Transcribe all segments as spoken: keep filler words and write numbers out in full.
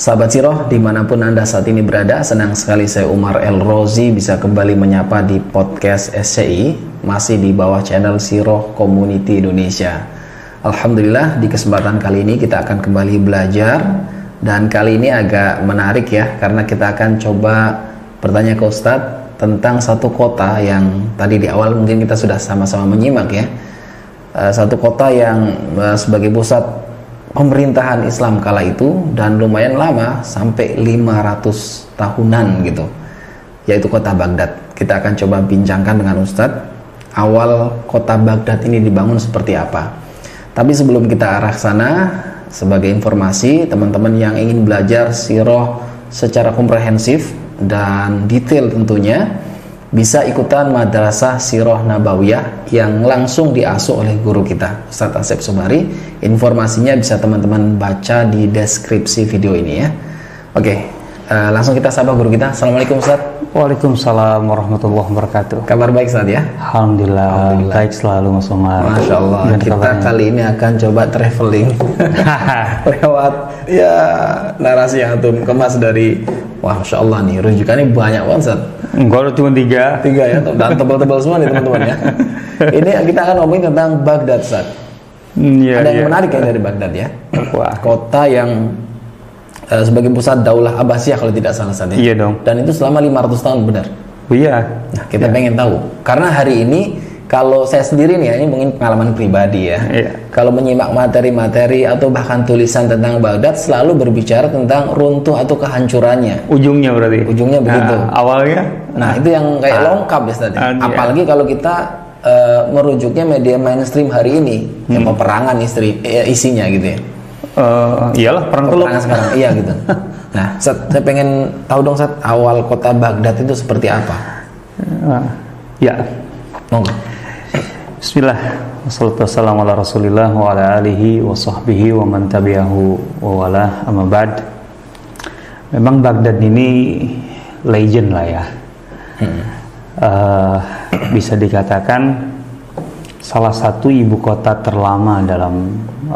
Sahabat Siroh, dimanapun Anda saat ini berada, senang sekali saya Umar El Rozi bisa kembali menyapa di podcast S C I, masih di bawah channel Siroh Community Indonesia. Alhamdulillah, di kesempatan kali ini kita akan kembali belajar, dan kali ini agak menarik ya, karena kita akan coba bertanya ke Ustadz tentang satu kota yang tadi di awal mungkin kita sudah sama-sama menyimak ya. Satu kota yang sebagai pusat pemerintahan Islam kala itu dan lumayan lama, sampai lima ratus tahunan gitu, yaitu kota Baghdad. Kita akan coba bincangkan dengan Ustadz awal kota Baghdad ini dibangun seperti apa. Tapi sebelum kita arah sana, sebagai informasi teman-teman yang ingin belajar siroh secara komprehensif dan detail tentunya, bisa ikutan Madrasah Siroh Nabawiyah yang langsung diasuh oleh guru kita, Ustadz Asep Sobari. Informasinya bisa teman-teman baca di deskripsi video ini ya. Oke, uh, langsung kita sapa guru kita. Assalamualaikum Ustadz. Waalaikumsalam warahmatullahi wabarakatuh. Kabar baik Ustadz ya? Alhamdulillah, Alhamdulillah. Baik selalu Mas Umar. Masya Allah. Dan kita kabarnya kali ini akan coba traveling lewat ya narasi yang antum kemas dari, wah Masya Allah nih, rujukannya banyak banget Ustadz. Enggak, ada cuma tiga. Tiga ya, dan tebal-tebal semua nih teman-teman ya. Ini kita akan ngomongin tentang Baghdad, Ustaz. Ya, ada yang ya. menarik ya dari Baghdad ya. Wah. Kota yang uh, sebagai pusat Daulah Abbasiyah kalau tidak salah Ustaz ya. Iya dong. Dan itu selama lima ratus tahun, benar? Oh, iya. Nah, kita ya. pengen tahu. Karena hari ini kalau saya sendiri nih, ini mungkin pengalaman pribadi ya. Iya. Kalau menyimak materi-materi atau bahkan tulisan tentang Baghdad, selalu berbicara tentang runtuh atau kehancurannya. Ujungnya berarti. Ujungnya begitu. Nah, awalnya. Nah, itu yang kayak ah. lengkap ya, Ustaz. Ah, Apalagi iya. kalau kita uh, merujuknya media mainstream hari ini, hmm. yang peperangan istri eh, isinya gitu ya. Uh, iyalah perang teluk. Peperangan sekarang, iya gitu. Nah, Ustaz, saya pengen tahu dong, Ustaz, awal kota Baghdad itu seperti apa? Uh, ya. Monggo. Bismillah, wassalatu wassalamu ala rasulillah wa ala alihi wa sahbihi wa man tabi'ahu wa wala, amma ba'd. Memang Baghdad ini legend lah ya. hmm. uh, Bisa dikatakan salah satu ibu kota terlama dalam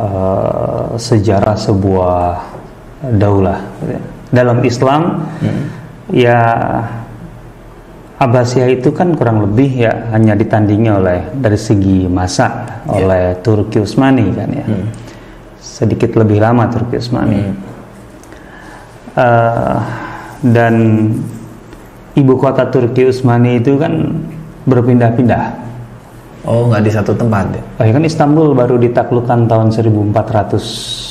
uh, sejarah sebuah daulah. Dalam Islam hmm. ya Abbasiyah itu kan kurang lebih ya hanya ditandingi oleh dari segi masa yeah. oleh Turki Utsmani kan ya, hmm. sedikit lebih lama Turki Utsmani, hmm. uh, dan ibu kota Turki Utsmani itu kan berpindah-pindah. Oh, nggak di satu tempat ya? Oh, ya kan Istanbul baru ditaklukkan tahun seribu empat ratus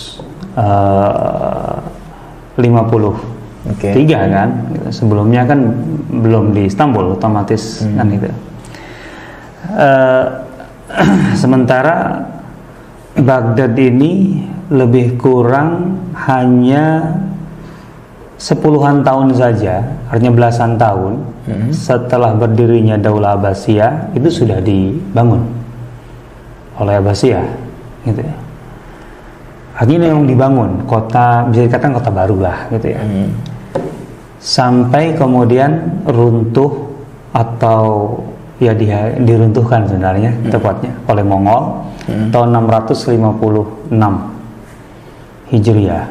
lima puluh. Okay. Tiga kan, sebelumnya kan belum di Istanbul, otomatis hmm. kan itu. Uh, sementara Baghdad ini lebih kurang hanya sepuluhan tahun saja, artinya belasan tahun hmm. setelah berdirinya Daulah Abbasiyah itu sudah dibangun oleh Abbasiyah, gitu ya. Artinya yang dibangun kota, bisa dikatakan kota baru lah, gitu ya. Hmm. Sampai kemudian runtuh atau ya di, diruntuhkan sebenarnya hmm. tepatnya oleh Mongol hmm. tahun enam ratus lima puluh enam Hijriah.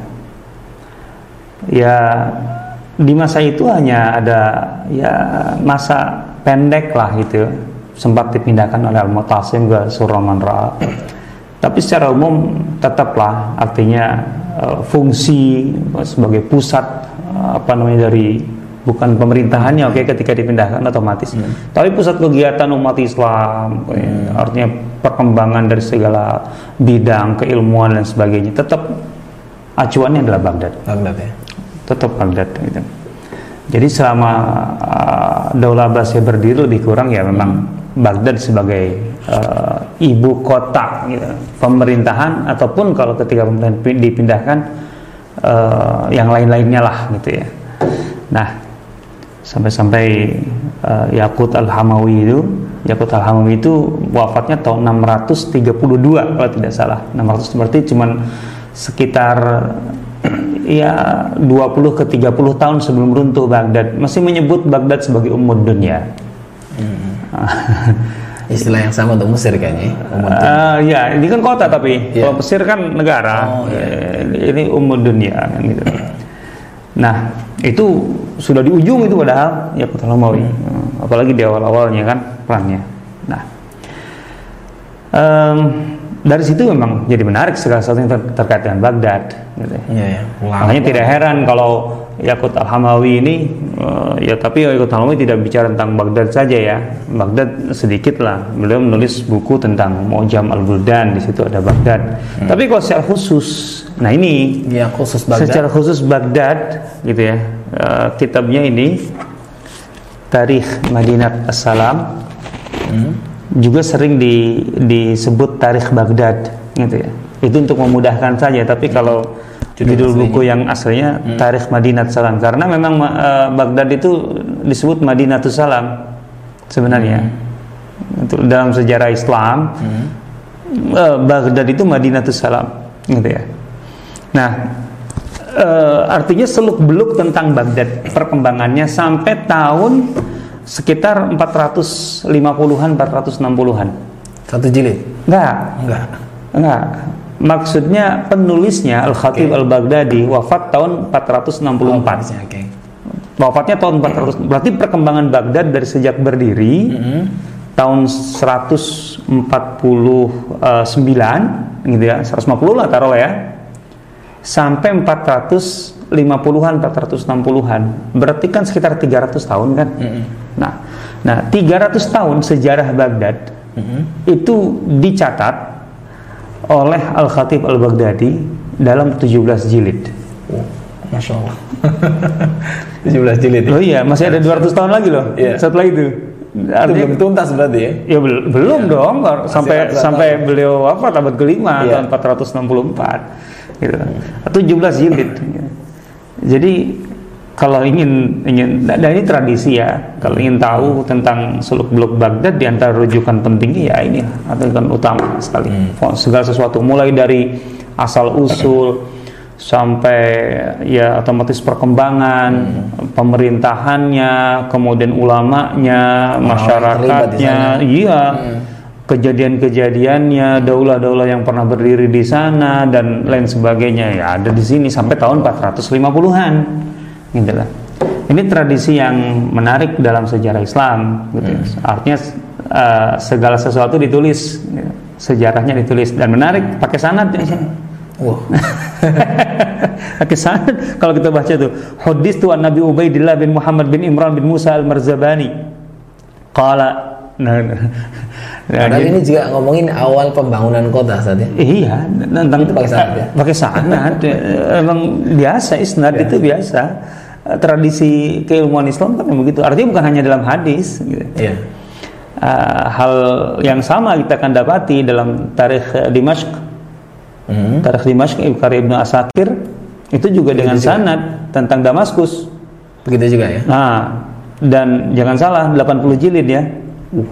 Ya di masa itu hanya ada ya masa pendek lah gitu, sempat dipindahkan oleh Al-Mu'tasim ke Suraman Ra. Tapi secara umum tetaplah artinya uh, fungsi sebagai pusat apa namanya dari bukan pemerintahannya, oke, okay, ketika dipindahkan otomatis, hmm. tapi pusat kegiatan umat Islam, hmm. artinya perkembangan dari segala bidang keilmuan dan sebagainya, tetap acuannya adalah Baghdad. Baghdad ya. Tetap Baghdad gitu. Jadi selama uh, Daulah Abbasiyah berdiri lebih kurang ya memang hmm. Baghdad sebagai uh, ibu kota gitu, pemerintahan, ataupun kalau ketika pemerintahan dipindahkan Uh, yang lain-lainnya lah gitu ya. Nah, sampai-sampai uh, Yaqut Al-Hamawi itu, Yaqut Al-Hamawi itu wafatnya tahun enam ratus tiga puluh dua kalau tidak salah. enam ratus berarti cuman sekitar ya dua puluh ke tiga puluh tahun sebelum runtuh Baghdad. Masih menyebut Baghdad sebagai Ummud Dunya. Hmm. Istilah yang sama untuk Mesir kayaknya. Uh, ya, ini kan kota tapi yeah. kalau Mesir kan negara. Oh, yeah. Ini Ummud Dunya kan gitu. Nah, itu sudah di ujung itu padahal Yaqut Al-Hamawi, hmm. apalagi di awal-awalnya kan perannya. Nah, um, dari situ memang jadi menarik segala sesuatu yang ter- terkait dengan Baghdad. Gitu. Ya, ya. Makanya tidak heran kalau Yaqut Al-Hamawi ini, uh, ya tapi Yaqut Al-Hamawi tidak bicara tentang Baghdad saja ya. Baghdad sedikit lah. Beliau menulis buku tentang Mu'jam Al-Buldan, di situ ada Baghdad. Hmm. Tapi kalau secara khusus, nah ini ya, khusus Baghdad. Secara khusus Baghdad, gitu ya. Uh, kitabnya ini Tarikh Madinat As-Salam. Hmm. Juga sering di, disebut Tarikh Baghdad, gitu ya. Itu untuk memudahkan saja. Tapi kalau judul, judul buku yang aslinya hmm. Tarikh Madinat Salam, karena memang uh, Baghdad itu disebut Madinatus Salam sebenarnya. Hmm. Itu dalam sejarah Islam, hmm. uh, Baghdad itu Madinatus Salam, gitu ya. Nah, uh, artinya seluk-beluk tentang Baghdad, perkembangannya sampai tahun sekitar empat ratus lima puluhan, empat ratus enam puluhan. Satu jilid? Enggak. Enggak. Enggak. Maksudnya penulisnya Al-Khatib okay. Al-Baghdadi wafat tahun empat ratus enam puluh empat. Oh, okay. Wafatnya tahun empat ratus. Berarti perkembangan Baghdad dari sejak berdiri mm-hmm. tahun seratus empat puluh sembilan gitu ya, seratus lima puluh lah taruh ya. Sampai empat ratus lima puluhan, empat ratus enam puluhan. Berarti kan sekitar tiga ratus tahun kan? Mm-hmm. Nah, nah tiga ratus tahun sejarah Baghdad mm-hmm. itu dicatat oleh Al-Khatib Al-Baghdadi dalam tujuh belas jilid. Oh, Masya Allah. tujuh belas jilid. Oh iya, masih ada dua ratus tahun lagi loh. Yeah. Setelah itu. Artinya, itu belum tuntas berarti ya? Ya bel- belum yeah. dong, sampai sampai beliau wafat abad kelima yeah. tahun empat ratus enam puluh empat. Gitu. tujuh belas jilid. Jadi kalau ingin ingin dan ini tradisi ya, kalau ingin tahu tentang seluk-beluk Baghdad, di antara rujukan pentingnya ya ini, rujukan utama sekali. Hmm. Segala sesuatu mulai dari asal usul sampai ya otomatis perkembangan, hmm. pemerintahannya, kemudian ulamanya, oh, masyarakatnya, iya. Hmm. Kejadian-kejadiannya, daulah-daulah yang pernah berdiri di sana dan lain sebagainya ya ada di sini sampai tahun empat ratus lima puluhan. Gitu lah. Ini tradisi yang menarik dalam sejarah Islam, gitu. Hmm. Artinya uh, segala sesuatu ditulis, gitu. Sejarahnya ditulis dan menarik pakai sanad di sini. Wow. Pakai sanad. Kalau kita baca tuh, hadits tu an Nabi Ubaidillah bin Muhammad bin Imran bin Musa al-Marzabani. Qala. Nah, nah, nah ini juga ngomongin awal pembangunan kota saat ya. Iya, tentang itu pakai sanad ya. Pakai sanad. Emang biasa isnad ya. Itu biasa. Tradisi keilmuan Islam kan begitu. Artinya bukan hanya dalam hadis gitu. Iya. Uh, hal yang sama kita akan dapati dalam Tarikh Dimashq. Hmm. Tarikh Dimashq karya Ibnu Asakir itu juga begitu dengan juga. Sanad tentang Damaskus. Begitu juga ya. Nah, dan jangan salah delapan puluh jilid ya. Uh.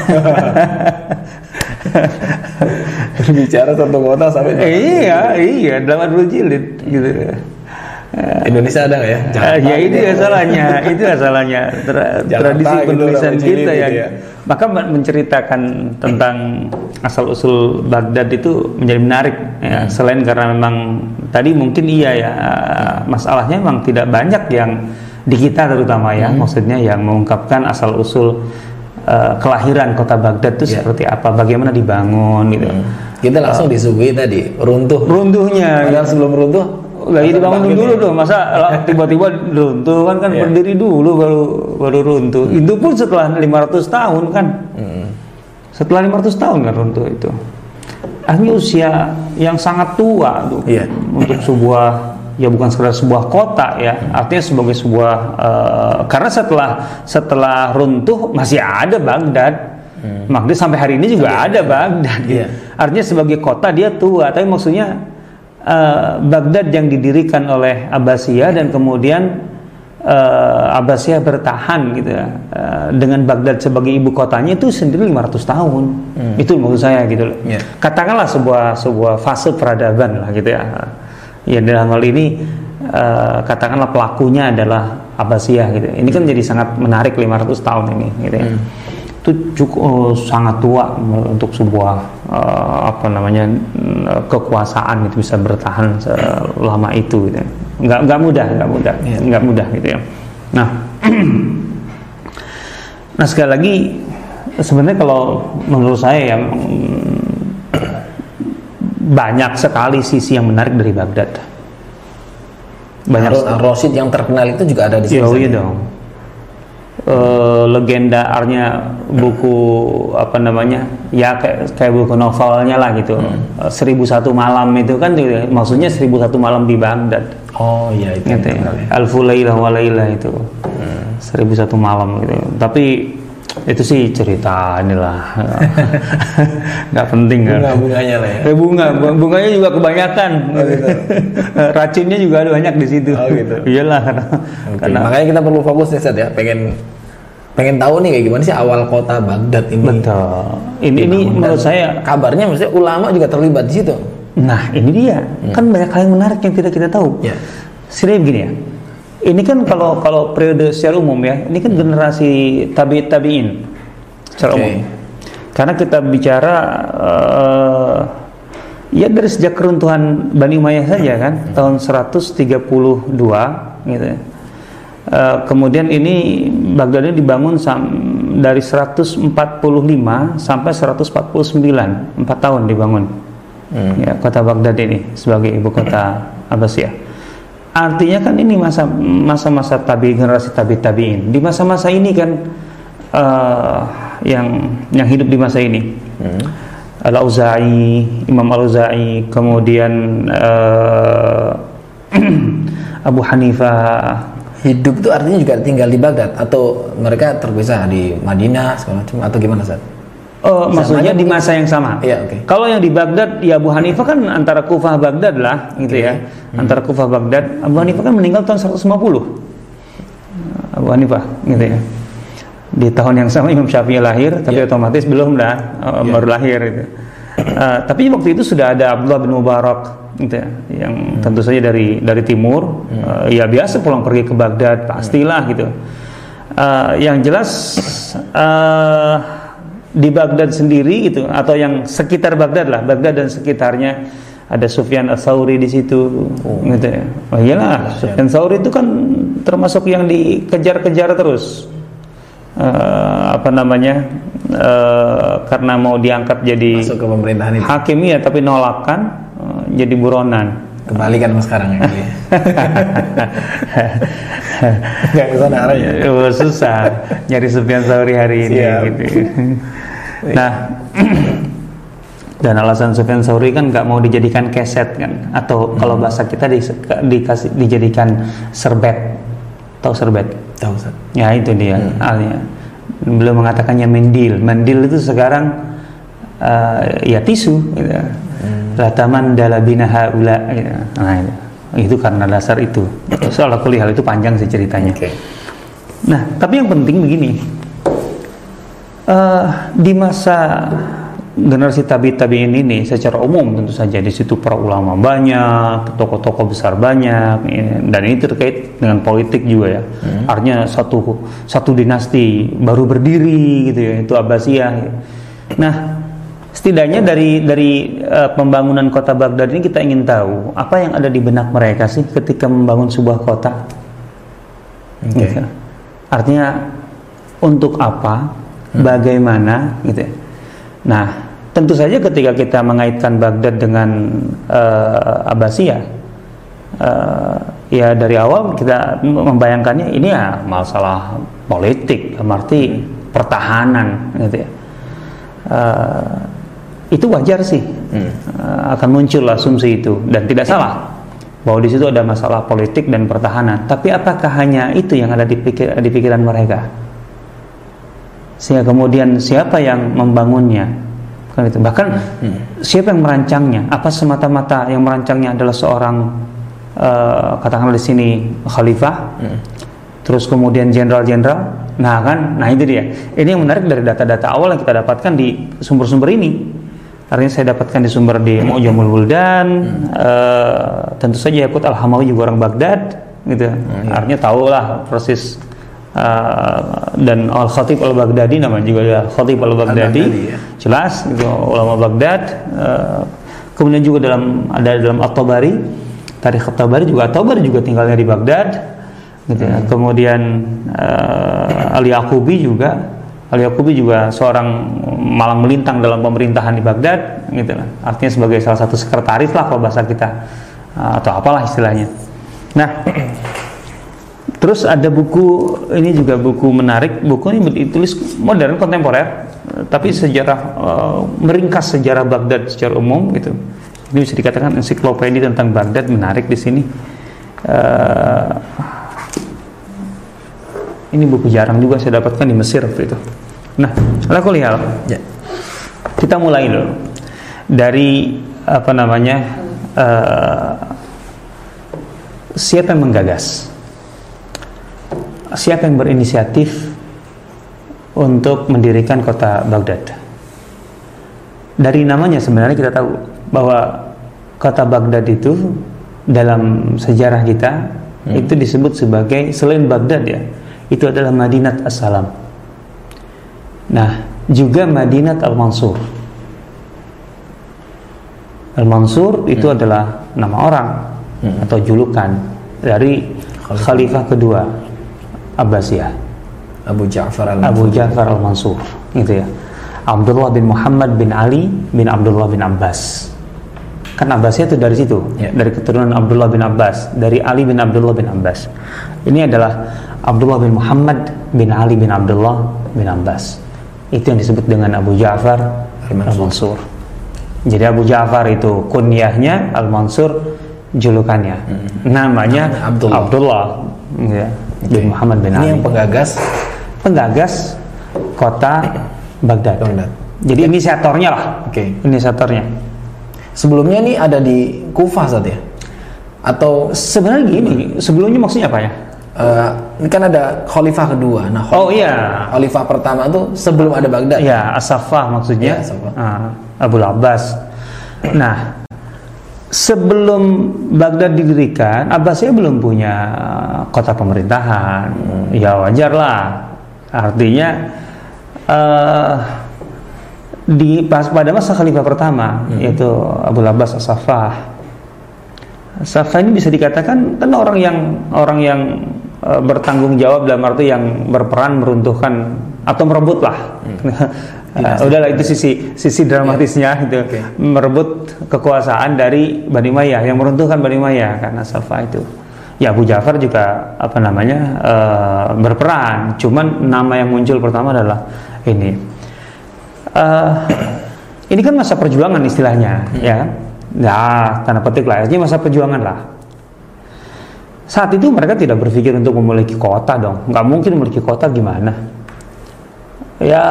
Bicara satu kota sampai eh, iya iya delapan puluh jilid gitu. Indonesia ada nggak ya? Uh, ya itu ya salahnya, itu ya salahnya Tra- tradisi gitu, penulisan kita yang gitu ya. Maka menceritakan tentang asal usul Baghdad itu menjadi menarik ya. Hmm. Selain karena memang tadi mungkin iya ya masalahnya memang tidak banyak yang di kita terutama ya, hmm. maksudnya yang mengungkapkan asal usul Uh, kelahiran kota Baghdad itu yeah. seperti apa, bagaimana dibangun gitu. Hmm. Kita langsung uh, disuguhi tadi runtuh. Runtuhnya. Padahal sebelum runtuh, lagi dibangun dulu dong. Masa tiba-tiba runtuh kan kan yeah. berdiri dulu baru baru runtuh. Hmm. Itu pun setelah lima ratus tahun kan. Hmm. Setelah lima ratus tahun kan runtuh itu. Akhirnya usia yang sangat tua tuh yeah. untuk sebuah ya bukan sekedar sebuah kota ya, artinya sebagai sebuah uh, karena setelah setelah runtuh masih ada Baghdad, hmm. makanya sampai hari ini juga sampai ada ya. Baghdad. Gitu. Yeah. Artinya sebagai kota dia tua, tapi maksudnya uh, Baghdad yang didirikan oleh Abbasiyah dan kemudian uh, Abbasiyah bertahan gitu ya, uh, dengan Baghdad sebagai ibu kotanya itu sendiri lima ratus tahun. Hmm. Itu maksud saya gitu loh. Yeah. Katakanlah sebuah sebuah fase peradaban lah gitu ya. Ya dalam hal ini uh, katakanlah pelakunya adalah Abbasiyah gitu. Ini kan jadi sangat menarik lima ratus tahun ini gitu ya. Hmm. Itu cukup uh, sangat tua untuk sebuah uh, apa namanya kekuasaan itu bisa bertahan selama itu gitu ya. nggak nggak mudah, nggak mudah, yeah. nggak mudah gitu ya. Nah, nah sekali lagi sebenarnya kalau menurut saya yang banyak sekali sisi yang menarik dari Baghdad. Banyak. Al-Rasyid yang terkenal itu juga ada di sini. Oh iya dong. Uh, legenda arnya buku apa namanya ya kayak kayak buku novelnya lah gitu. hmm. uh, Seribu Satu Malam itu kan gitu, maksudnya Seribu Satu Malam di Baghdad. Oh iya itu gitu, ya. Alfu Lailah wa Lailah itu hmm. Seribu Satu Malam gitu. Tapi itu sih cerita inilah nggak penting kan. Bunga bunganya lah ya. Eh, bunga bunganya juga kebanyakan. Oh, gitu. Racunnya juga ada banyak di situ. Oh gitu. Iyalah karena, okay. karena makanya kita perlu fokus nih Seth ya. Pengen pengen tahu nih kayak gimana sih awal kota Baghdad ini. Betul. Ini ini menurut saya kabarnya maksudnya ulama juga terlibat di situ. Nah ini dia hmm. kan banyak hal yang menarik yang tidak kita tahu. Ya. Sebenarnya begini ya. Ini kan kalau kalau periode secara umum ya, ini kan generasi tabi'in tabi'in secara okay. umum. Karena kita bicara uh, ya dari sejak keruntuhan Bani Umayyah saja kan, hmm. tahun seratus tiga puluh dua gitu ya. Uh, kemudian ini Baghdad ini dibangun sam- dari seratus empat puluh lima sampai seratus empat puluh sembilan, empat tahun dibangun. Hmm. Ya, kota Baghdad ini sebagai ibu kota Abbasiyah. Artinya kan ini masa masa-masa tabi generasi tabi tabiin. Di masa-masa ini kan uh, yang yang hidup di masa ini hmm. Al-Auza'i, Imam Al-Auza'i, kemudian uh, Abu Hanifah. Hidup itu artinya juga tinggal di Baghdad atau mereka terpisah di Madinah segala macam atau gimana Ustaz? Oh, maksudnya di masa yang sama. Iya, oke. Okay. Kalau yang di Baghdad, ya Abu Hanifah kan antara Kufah Baghdad lah, gitu okay. ya. Hmm. Antara Kufah Baghdad, Abu Hanifah kan meninggal tahun seratus lima puluh. Abu Hanifah, gitu ya. Di tahun yang sama Imam Syafi'i lahir, tapi yeah. otomatis belum dah, uh, yeah. baru lahir gitu. Uh, tapi waktu itu sudah ada Abdullah bin Mubarak, gitu ya, yang hmm. tentu saja dari dari timur. Hmm. Uh, ya biasa pulang pergi ke Baghdad, pastilah hmm. gitu. Uh, yang jelas. Uh, di Baghdad sendiri gitu atau yang sekitar Baghdad lah, Baghdad dan sekitarnya ada Sufyan Ats-Tsauri di situ, oh. gitu ya. Oh iyalah, Sufyan Ats-Tsauri itu kan termasuk yang dikejar-kejar terus, uh, apa namanya, uh, karena mau diangkat jadi masuk ke pemerintahan itu. Hakim ya, tapi nolak kan, uh, jadi buronan. Kembalikan mas sekarang ya. Nggak kesana arahnya. Oh, susah nyari Sufyan Ats-Tsauri hari ini. Gitu. Nah, dan alasan Sufyan Ats-Tsauri kan nggak mau dijadikan keset kan, atau hmm. kalau bahasa kita di, dikasih dijadikan serbet, tahu serbet? Tahu Ustaz. Ya itu dia, hmm. alnya. Beliau mengatakannya mendil, mendil itu sekarang uh, ya tisu. Gitu. Hmm. Rataman dalabina haula. Gitu. Nah itu. Itu karena dasar itu. Soal kuliah itu panjang sih ceritanya. Okay. Nah, tapi yang penting begini. Uh, di masa generasi tabi-tabiin ini secara umum tentu saja di situ para ulama banyak, tokoh-tokoh besar banyak, dan ini terkait dengan politik juga ya. Hmm. Artinya satu satu dinasti baru berdiri gitu ya, itu Abbasiyah. Nah, setidaknya dari dari uh, pembangunan kota Baghdad ini kita ingin tahu apa yang ada di benak mereka sih ketika membangun sebuah kota. Okay. Gitu. Artinya untuk apa? Hmm. Bagaimana gitu ya. Nah, tentu saja ketika kita mengaitkan Baghdad dengan uh, Abbasiyah, uh, ya dari awal kita membayangkannya ini ya masalah politik, arti pertahanan gitu ya. Uh, itu wajar sih, hmm. uh, akan muncul asumsi itu dan tidak salah bahwa di situ ada masalah politik dan pertahanan. Tapi apakah hanya itu yang ada di, pikir, di pikiran mereka? Sehingga kemudian siapa yang membangunnya, kan itu. Bahkan hmm. siapa yang merancangnya? Apa semata-mata yang merancangnya adalah seorang uh, katakanlah di sini khalifah, hmm. terus kemudian jenderal-jenderal. Nah kan, nah itu dia. Ini yang menarik dari data-data awal yang kita dapatkan di sumber-sumber ini. Artinya saya dapatkan di sumber di Mu'jamul Buldan, hmm. uh, tentu saja Yaqut Al-Hamawi juga orang Baghdad, gitu. Hmm, iya. Artinya tahulah proses. Uh, dan Al-Khatib Al-Baghdadi namanya juga ya Khatib Al-Baghdadi, Al-Baghdadi ya. Jelas itu ulama Baghdad. Uh, kemudian juga dalam ada dalam At-Tabari Tarikh At-Tabari juga, At-Tabari juga tinggalnya di Baghdad gitu ya. Hmm. Kemudian uh, Al-Yaqubi juga Al-Yaqubi juga seorang malang melintang dalam pemerintahan di Baghdad gitu lah. Artinya sebagai salah satu sekretaris lah kalau bahasa kita, uh, atau apalah istilahnya. Nah, terus ada buku ini juga buku menarik, buku ini ditulis modern kontemporer, tapi sejarah uh, meringkas sejarah Baghdad secara umum gitu. Ini bisa dikatakan ensiklopedia tentang Baghdad, menarik di sini. Uh, ini buku jarang juga saya dapatkan di Mesir waktu itu. Nah, ala kulli hal, ya. Kita mulai dulu dari apa namanya, uh, siapa yang menggagas, siapa yang berinisiatif untuk mendirikan kota Baghdad. Dari namanya sebenarnya kita tahu bahwa kota Baghdad itu dalam sejarah kita hmm. itu disebut sebagai, selain Baghdad ya, itu adalah Madinat As-Salam. Nah, juga Madinat Al-Mansur. Al-Mansur itu hmm. adalah nama orang hmm. atau julukan dari Khalifah, Khalifah kedua Abbasiyah, Abu Ja'far Al-Mansur. Abu Ja'far Al-Mansur, gitu ya. Abdullah bin Muhammad bin Ali bin Abdullah bin Abbas. Kan Abbasiyah itu dari situ, ya. Dari keturunan Abdullah bin Abbas, dari Ali bin Abdullah bin Abbas. Ini adalah Abdullah bin Muhammad bin Ali bin Abdullah bin Abbas. Itu yang disebut dengan Abu Ja'far Al-Mansur. Jadi Abu Ja'far itu kunyahnya, Al-Mansur julukannya. Hmm. Namanya Abdullah, Abdullah ya, okay. bin Muhammad bin ini Ali. Ini yang penggagas penggagas kota Baghdad. Baghdad. Jadi inisiatornya lah. Oke. Okay. Inisiatornya. Sebelumnya ini ada di Kufah saat ya? Atau sebenarnya gini, sebelumnya maksudnya apa ya? Uh, ini kan ada Khalifah kedua. Nah, Khalifah, oh iya. Khalifah pertama itu sebelum ada Baghdad. Iya, As-Saffah maksudnya. Ya, uh, Abu Abbas. Nah, sebelum Baghdad didirikan, Abbasiyah belum punya kota pemerintahan. Hmm. Ya wajar lah. Artinya uh, di pas pada masa Khalifah pertama, hmm. yaitu Abu Abbas As-Saffah. As-Saffah ini bisa dikatakan kan orang yang orang yang e, bertanggung jawab dalam arti yang berperan meruntuhkan atau merebut lah. Hmm. uh, udahlah itu sisi sisi dramatisnya gitu. Okay. Merebut kekuasaan dari Bani Umayyah, yang meruntuhkan Bani Umayyah karena As-Saffah itu. Ya Abu Ja'far juga apa namanya e, berperan. Cuman nama yang muncul pertama adalah ini. Uh, ini kan masa perjuangan istilahnya, hmm. ya, nah tanda petik lah, ini masa perjuangan lah. Saat itu mereka tidak berpikir untuk memiliki kota dong, nggak mungkin memiliki kota gimana? Ya,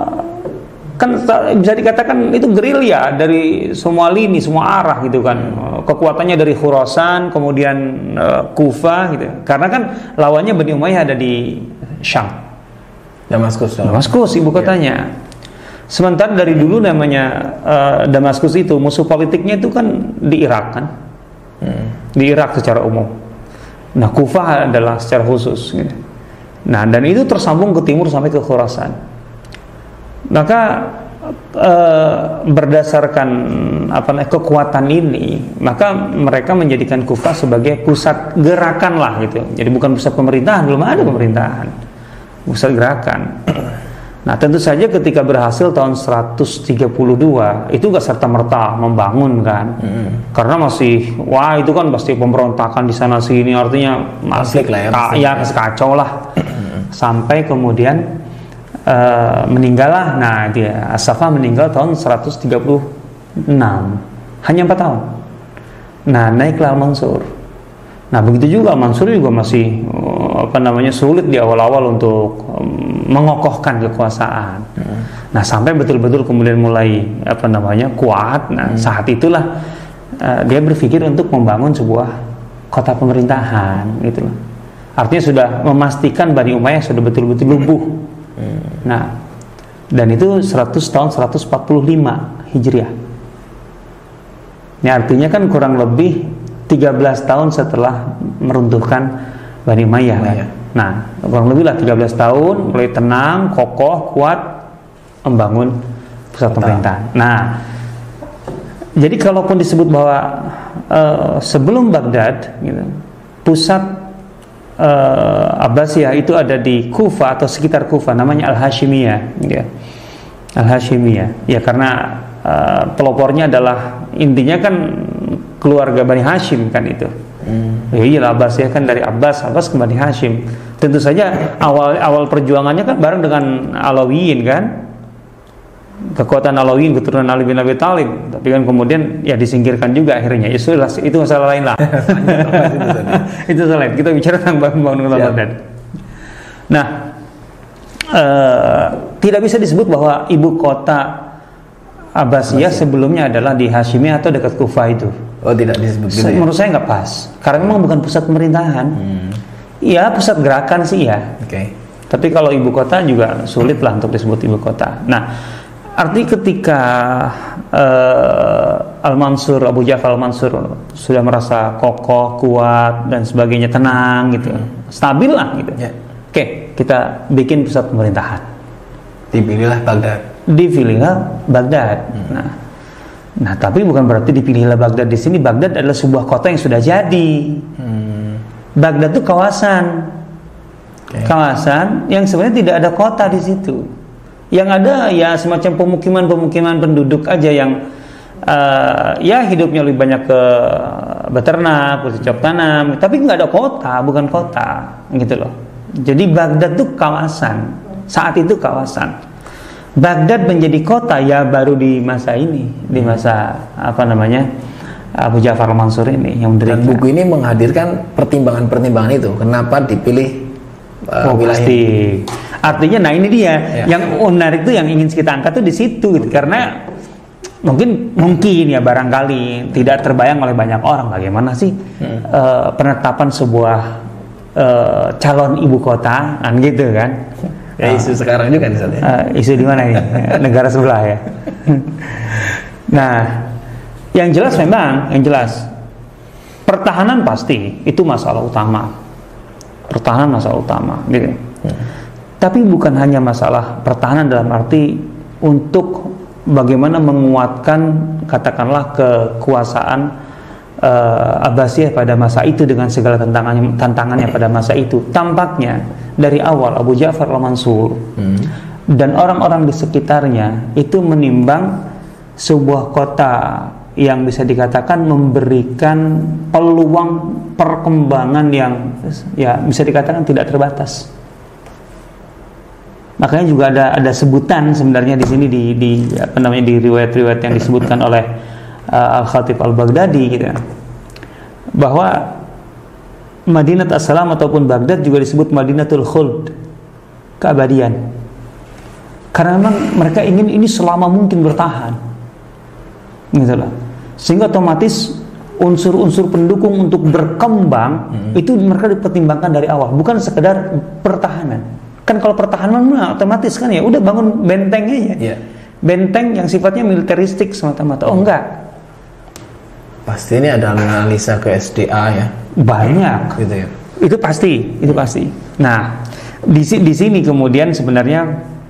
kan bisa dikatakan itu gerilya dari semua lini, semua arah gitu kan. Kekuatannya dari Khurasan, kemudian uh, Kufah gitu. Karena kan lawannya Bani Umayyah ada di Syam, Damaskus, Damaskus ibu kotanya. Yeah. Sementara dari dulu namanya uh, Damaskus itu musuh politiknya itu kan di Irak kan, hmm. di Irak secara umum. Nah Kufah adalah secara khusus. Gitu. Nah dan itu tersambung ke timur sampai ke Khurasan. Maka uh, berdasarkan apa namanya kekuatan ini, maka mereka menjadikan Kufah sebagai pusat gerakan lah gitu. Jadi bukan pusat pemerintahan, belum ada pemerintahan, pusat gerakan. Nah tentu saja ketika berhasil tahun seratus tiga puluh dua itu gak serta-merta membangun kan, mm-hmm. karena masih wah itu kan pasti pemberontakan di sana sini, artinya masih lah ya, ka- ya kacau lah, mm-hmm. sampai kemudian uh, meninggal lah. Nah dia As-Saffah meninggal tahun seratus tiga puluh enam, hanya empat tahun. Nah naiklah Al-Mansur. Nah begitu juga Al-Mansur juga masih uh, apa namanya sulit di awal-awal untuk um, mengokohkan kekuasaan. Hmm. Nah sampai betul-betul kemudian mulai apa namanya kuat. Nah hmm. saat itulah uh, dia berpikir untuk membangun sebuah kota pemerintahan gitu loh. Artinya sudah memastikan Bani Umayyah sudah betul-betul lumpuh. Hmm. Nah dan itu seratus tahun seratus empat puluh lima Hijriah. Ini artinya kan kurang lebih tiga belas tahun setelah meruntuhkan Bani Umayyah kan? Nah kurang lebih lah tiga belas tahun mulai tenang, kokoh, kuat membangun pusat pemerintahan. Nah jadi kalaupun disebut bahwa uh, sebelum Baghdad, gitu, pusat uh, Abbasiyah itu ada di Kufa atau sekitar Kufa, namanya Al-Hashimiyah, gitu. Al-Hashimiyah, ya karena uh, pelopornya adalah intinya kan keluarga Bani Hashim kan itu. Hmm. Ya iyalah, Abbasiyah kan dari Abbas, Abbas ke Bani Hashim. Tentu saja awal awal perjuangannya kan bareng dengan Alawiyin kan. Kekuatan Alawiyin, keturunan Ali bin Abi Thalib, tapi kan kemudian ya disingkirkan juga akhirnya. Itu itu masalah lain lah. Itu masalah lain. Kita bicara tentang bangunan kota Baghdad. Nah, uh, tidak bisa disebut bahwa ibu kota Abbasiyah sebelumnya adalah di Hashimiyah atau dekat Kufa itu. Oh, tidak disebut gitu ya? Menurut saya nggak pas, karena memang bukan pusat pemerintahan. Hmm. Ya, pusat gerakan sih ya. Oke. Okay. Tapi kalau ibu kota juga sulit lah untuk disebut ibu kota. Nah, arti ketika uh, Al-Mansur, Abu Ja'far Al-Mansur sudah merasa kokoh, kuat dan sebagainya, tenang gitu, hmm. stabil lah gitu. Yeah. Oke, okay, kita bikin pusat pemerintahan. Dipilihlah Baghdad. Dipilihlah Baghdad. Hmm. Nah, nah tapi bukan berarti dipilihlah Baghdad di sini. Baghdad adalah sebuah kota yang sudah jadi. Hmm. Baghdad itu kawasan, okay. kawasan yang sebenarnya tidak ada kota di situ. Yang ada ya semacam pemukiman-pemukiman penduduk aja yang uh, ya hidupnya lebih banyak ke beternak, bercocok tanam, tapi nggak ada kota, bukan kota, gitu loh. Jadi Baghdad itu kawasan, saat itu kawasan. Baghdad menjadi kota ya baru di masa ini, di masa apa namanya Abu Ja'far Al-Mansur ini yang mendirikan. Dan buku ini menghadirkan pertimbangan-pertimbangan itu, kenapa dipilih uh, oh, wilayah pasti. Artinya, nah ini dia ya. Yang menarik itu yang ingin kita angkat tuh di situ, gitu. Karena mungkin mungkin ya barangkali tidak terbayang oleh banyak orang bagaimana sih hmm. uh, penetapan sebuah uh, calon ibu kota, kan gitu kan? Ya, isu uh, sekarang juga nih, uh, isu di mana ini? Negara sebelah ya. Nah, yang jelas memang, yang jelas pertahanan pasti itu masalah utama. Pertahanan masalah utama, gitu. Hmm. Tapi bukan hanya masalah pertahanan dalam arti untuk bagaimana menguatkan katakanlah kekuasaan uh, Abbasiyah pada masa itu dengan segala tantangannya, tantangannya pada masa itu. Tampaknya dari awal Abu Ja'far Al-Mansur hmm. dan orang-orang di sekitarnya itu menimbang sebuah kota yang bisa dikatakan memberikan peluang perkembangan yang ya bisa dikatakan tidak terbatas. Makanya juga ada ada sebutan sebenarnya di sini di di apa namanya di riwayat-riwayat yang disebutkan oleh uh, Al-Khatib Al-Baghdadi gitu, bahwa Madinat As-Salam ataupun Baghdad juga disebut Madinatul Khuld, keabadian. Karena memang mereka ingin ini selama mungkin bertahan, gitu loh. Sehingga otomatis unsur-unsur pendukung untuk berkembang hmm. itu mereka dipertimbangkan dari awal, bukan sekedar pertahanan. Kan kalau pertahanan mah otomatis kan ya udah bangun benteng aja, yeah. benteng yang sifatnya militeristik semata-mata. Oh enggak, pasti ini ada analisa ke S D A ya, banyak gitu ya. Itu pasti, itu pasti. Nah di di sini kemudian sebenarnya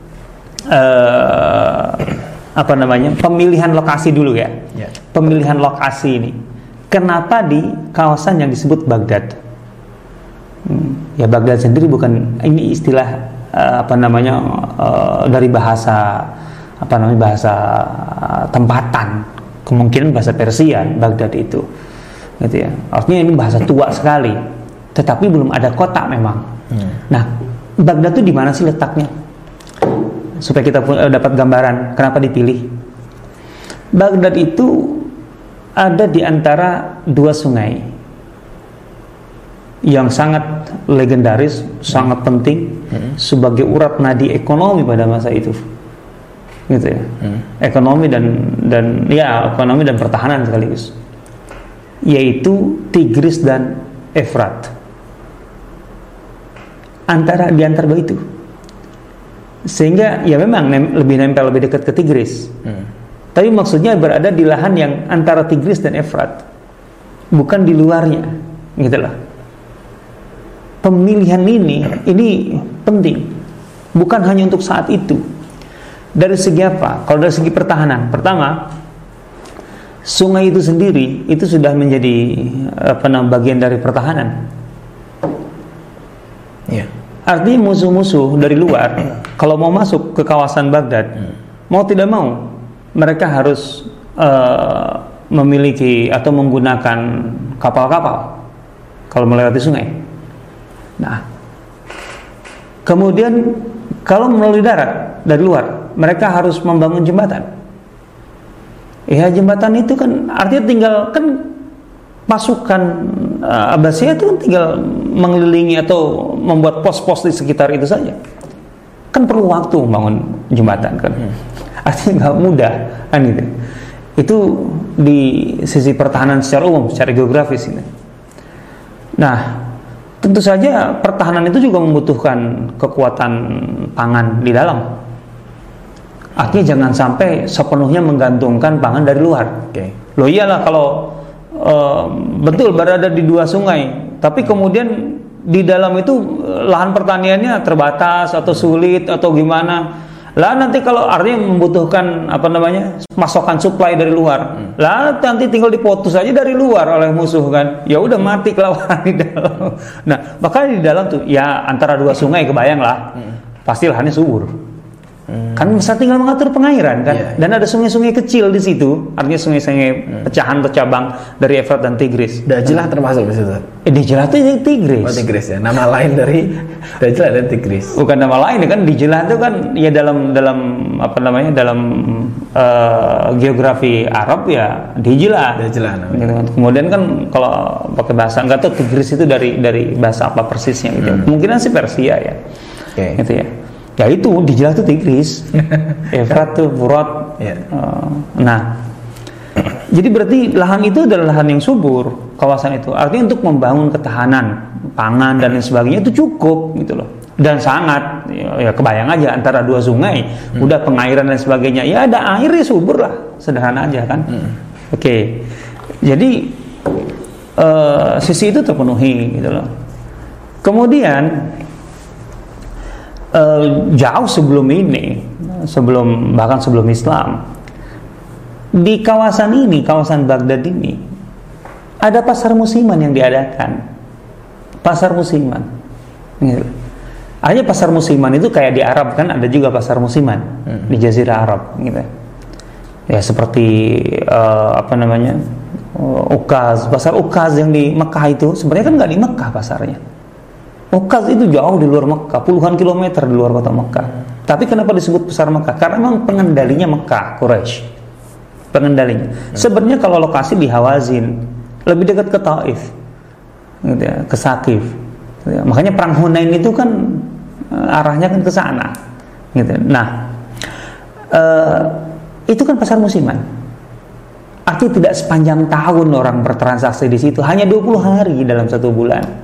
uh, apa namanya pemilihan lokasi dulu ya, yeah. pemilihan lokasi ini. Kenapa di kawasan yang disebut Baghdad? Hmm, ya Baghdad sendiri bukan ini istilah uh, apa namanya uh, dari bahasa apa namanya bahasa uh, tempatan, kemungkinan bahasa Persia Baghdad itu, gitu ya. Artinya ini bahasa tua sekali, tetapi belum ada kota memang. Hmm. Nah, Baghdad itu di mana sih letaknya? Supaya kita pun, uh, dapat gambaran kenapa dipilih. Baghdad itu ada di antara dua sungai yang sangat legendaris, hmm. sangat penting hmm. sebagai urat nadi ekonomi pada masa itu, gitu ya. Hmm. Ekonomi dan dan ya ekonomi dan pertahanan sekaligus, yaitu Tigris dan Efrat. Antara di antara dua itu, sehingga ya memang nem, lebih nempel lebih dekat ke Tigris. Hmm. Tapi maksudnya berada di lahan yang antara Tigris dan Efrat, bukan di luarnya, gitu lah. Pemilihan ini ini penting, bukan hanya untuk saat itu. Dari segi apa? Kalau dari segi pertahanan, pertama sungai itu sendiri itu sudah menjadi apa namanya bagian dari pertahanan. Ya. Artinya musuh-musuh dari luar kalau mau masuk ke kawasan Baghdad, hmm. mau tidak mau mereka harus uh, memiliki atau menggunakan kapal-kapal kalau melewati sungai. Nah, kemudian kalau melalui darat dari luar, mereka harus membangun jembatan. Ya, jembatan itu kan artinya tinggal kan pasukan uh, Abbasiyah itu kan tinggal mengelilingi atau membuat pos-pos di sekitar itu saja. Kan perlu waktu membangun jembatan kan. Hmm. Artinya nggak mudah kan gitu. Itu di sisi pertahanan secara umum, secara geografis ini. Nah, tentu saja pertahanan itu juga membutuhkan kekuatan pangan di dalam. Artinya jangan sampai sepenuhnya menggantungkan pangan dari luar. Okay. Loh iyalah kalau uh, betul berada di dua sungai, tapi kemudian di dalam itu lahan pertaniannya terbatas atau sulit atau gimana. Lah nanti kalau artinya membutuhkan apa namanya pasokan supply dari luar, hmm. lah nanti tinggal diputus aja dari luar oleh musuh kan, ya udah mati kelawan di dalam. Nah makanya di dalam tuh ya antara dua sungai kebayang lah, hmm. pasti lahannya subur. Hmm. Kan bisa tinggal mengatur pengairan kan, yeah, dan ada sungai-sungai kecil di situ, artinya sungai-sungai hmm. pecahan atau cabang dari Efrat dan Tigris. Dajlah termasuk di situ. Eh, Dajlah itu Tigris. Oh Tigris ya, nama lain dari Dajlah dan Tigris. Bukan nama lain kan, Dajlah itu kan ya dalam dalam apa namanya dalam uh, geografi Arab ya Dajlah. Dajlah namanya. Gitu. Kemudian kan kalau pakai bahasa nggak tahu Tigris itu dari dari bahasa apa persisnya gitu. Hmm. Kemungkinan sih Persia ya. Okay. Gitu ya. Ya itu Dajlah itu Tigris, Efrat tuh Furat. Yeah. Uh, nah, jadi berarti lahan itu adalah lahan yang subur, kawasan itu. Artinya untuk membangun ketahanan pangan dan lain sebagainya itu cukup gitu loh. Dan sangat ya, ya kebayang aja antara dua sungai, hmm. udah pengairan dan sebagainya. Ya ada airnya subur lah, sederhana aja kan. Hmm. Oke, okay. Jadi uh, sisi itu terpenuhi gitu loh. Kemudian Uh, jauh sebelum ini, sebelum bahkan sebelum Islam, di kawasan ini, kawasan Baghdad ini, ada pasar musiman yang diadakan. Pasar musiman. Gitu. Artinya pasar musiman itu kayak di Arab kan, ada juga pasar musiman hmm. di Jazirah Arab, gitu. Ya seperti uh, apa namanya, uh, Ukaz, pasar Ukaz yang di Mekah itu sebenarnya kan nggak di Mekah pasarnya. Ukaz itu jauh di luar Mekah, puluhan kilometer di luar kota Mekah. Tapi kenapa disebut pasar Mekah? Karena memang pengendalinya Mekah, Quraisy. Pengendalinya. Hmm. Sebenarnya kalau lokasi di Hawazin, lebih dekat ke Taif, gitu ya, ke Saqif. Gitu ya. Makanya perang Hunain itu kan arahnya kan ke sana. Gitu. Nah, uh, itu kan pasar musiman. Artinya tidak sepanjang tahun orang bertransaksi di situ, hanya dua puluh hari dalam satu bulan.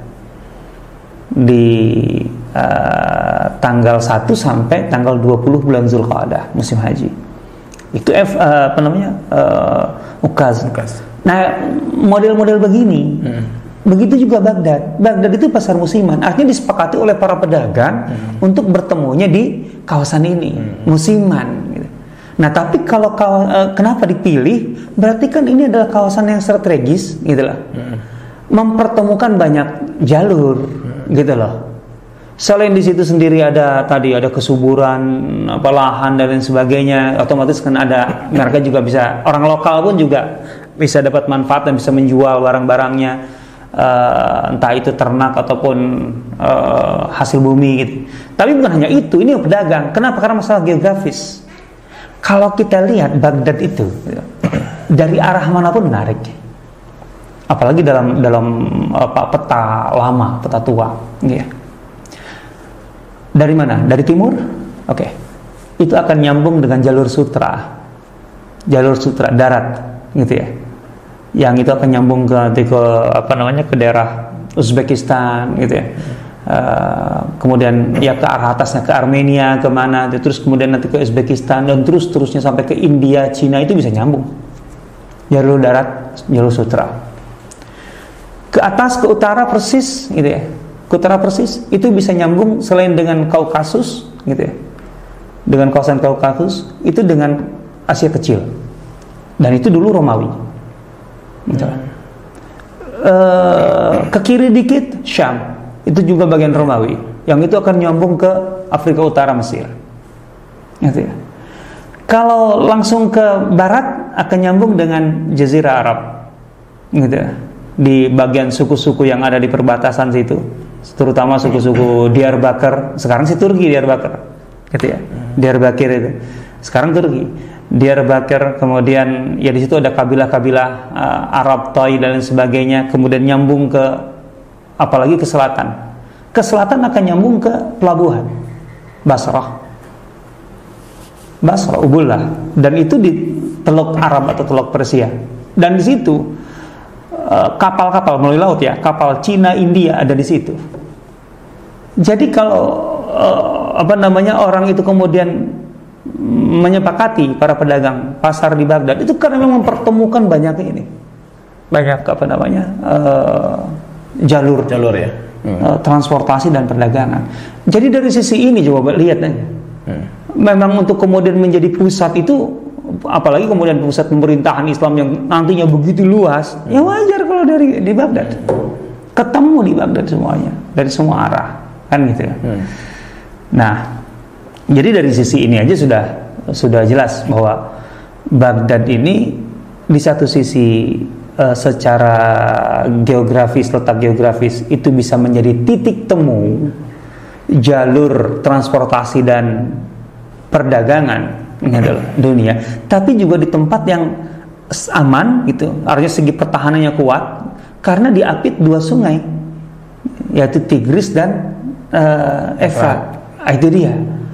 Di uh, tanggal satu sampai tanggal dua puluh bulan Zulqa'dah musim haji. Itu F, uh, apa namanya? Uh, Ukaz. Ukaz. Nah, model-model begini. Hmm. Begitu juga Baghdad. Baghdad itu pasar musiman. Artinya disepakati oleh para pedagang hmm. untuk bertemunya di kawasan ini, hmm. musiman gitu. Nah, tapi kalau uh, kenapa dipilih? Berarti kan ini adalah kawasan yang strategis gitu lah. Hmm. Mempertemukan banyak jalur gitu loh. Selain di situ sendiri ada tadi ada kesuburan apa lahan dan lain sebagainya, otomatis kan ada mereka juga bisa, orang lokal pun juga bisa dapat manfaat dan bisa menjual barang-barangnya, uh, entah itu ternak ataupun uh, hasil bumi gitu. Tapi bukan hanya itu, ini pedagang. Kenapa? Karena masalah geografis. Kalau kita lihat Baghdad itu dari arah manapun menarik. Apalagi dalam dalam apa, peta lama, peta tua, gitu ya. Dari mana? Dari timur, oke. Okay. Itu akan nyambung dengan jalur sutra, jalur sutra darat, gitu ya. Yang itu akan nyambung ke, ke apa namanya ke daerah Uzbekistan, gitu ya. Uh, kemudian ya ke arah atasnya ke Armenia, kemana, terus kemudian nanti ke Uzbekistan dan terus terusnya sampai ke India, Cina, itu bisa nyambung. Jalur darat, jalur sutra. Ke atas, ke utara persis, gitu ya. Ke utara persis, itu bisa nyambung selain dengan Kaukasus, gitu ya. Dengan kawasan Kaukasus, itu dengan Asia Kecil. dan itu dulu Romawi. Gitu. Hmm. Uh, ke kiri dikit Syam, itu juga bagian Romawi, yang itu akan nyambung ke Afrika Utara, Mesir. Gitu ya. Kalau langsung ke barat akan nyambung dengan Jazirah Arab, gitu ya. Di bagian suku-suku yang ada di perbatasan situ, terutama suku-suku Diyarbakir. Sekarang sih Turki Diyarbakir, gitu ya. Diyarbakir itu sekarang Turki. Diyarbakir, kemudian ya di situ ada kabilah-kabilah uh, Arab, Tai dan lain sebagainya, kemudian nyambung ke apalagi ke selatan. Ke selatan akan nyambung ke pelabuhan Basrah. Basrah, Ubullah, dan itu di Teluk Arab atau Teluk Persia. Dan di situ uh, kapal-kapal melalui laut ya, kapal Cina, India ada di situ. Jadi kalau uh, apa namanya orang itu kemudian menyepakati para pedagang pasar di Baghdad itu karena memang mempertemukan banyak ini, banyak apa namanya uh, jalur jalur ya hmm. uh, transportasi dan perdagangan. Jadi dari sisi ini coba lihat aja, hmm. memang untuk kemudian menjadi pusat itu, apalagi kemudian pusat pemerintahan Islam yang nantinya begitu luas, hmm. ya wajar kalau dari di Baghdad ketemu di Baghdad semuanya dari semua arah, kan gitu ya. Hmm. Nah, jadi dari sisi ini aja sudah sudah jelas bahwa Baghdad ini di satu sisi uh, secara geografis, letak geografis itu bisa menjadi titik temu jalur transportasi dan perdagangan dunia, tapi juga di tempat yang aman gitu, artinya segi pertahanannya kuat karena diapit dua sungai, yaitu Tigris dan uh, Efrat. Ah, itu dia.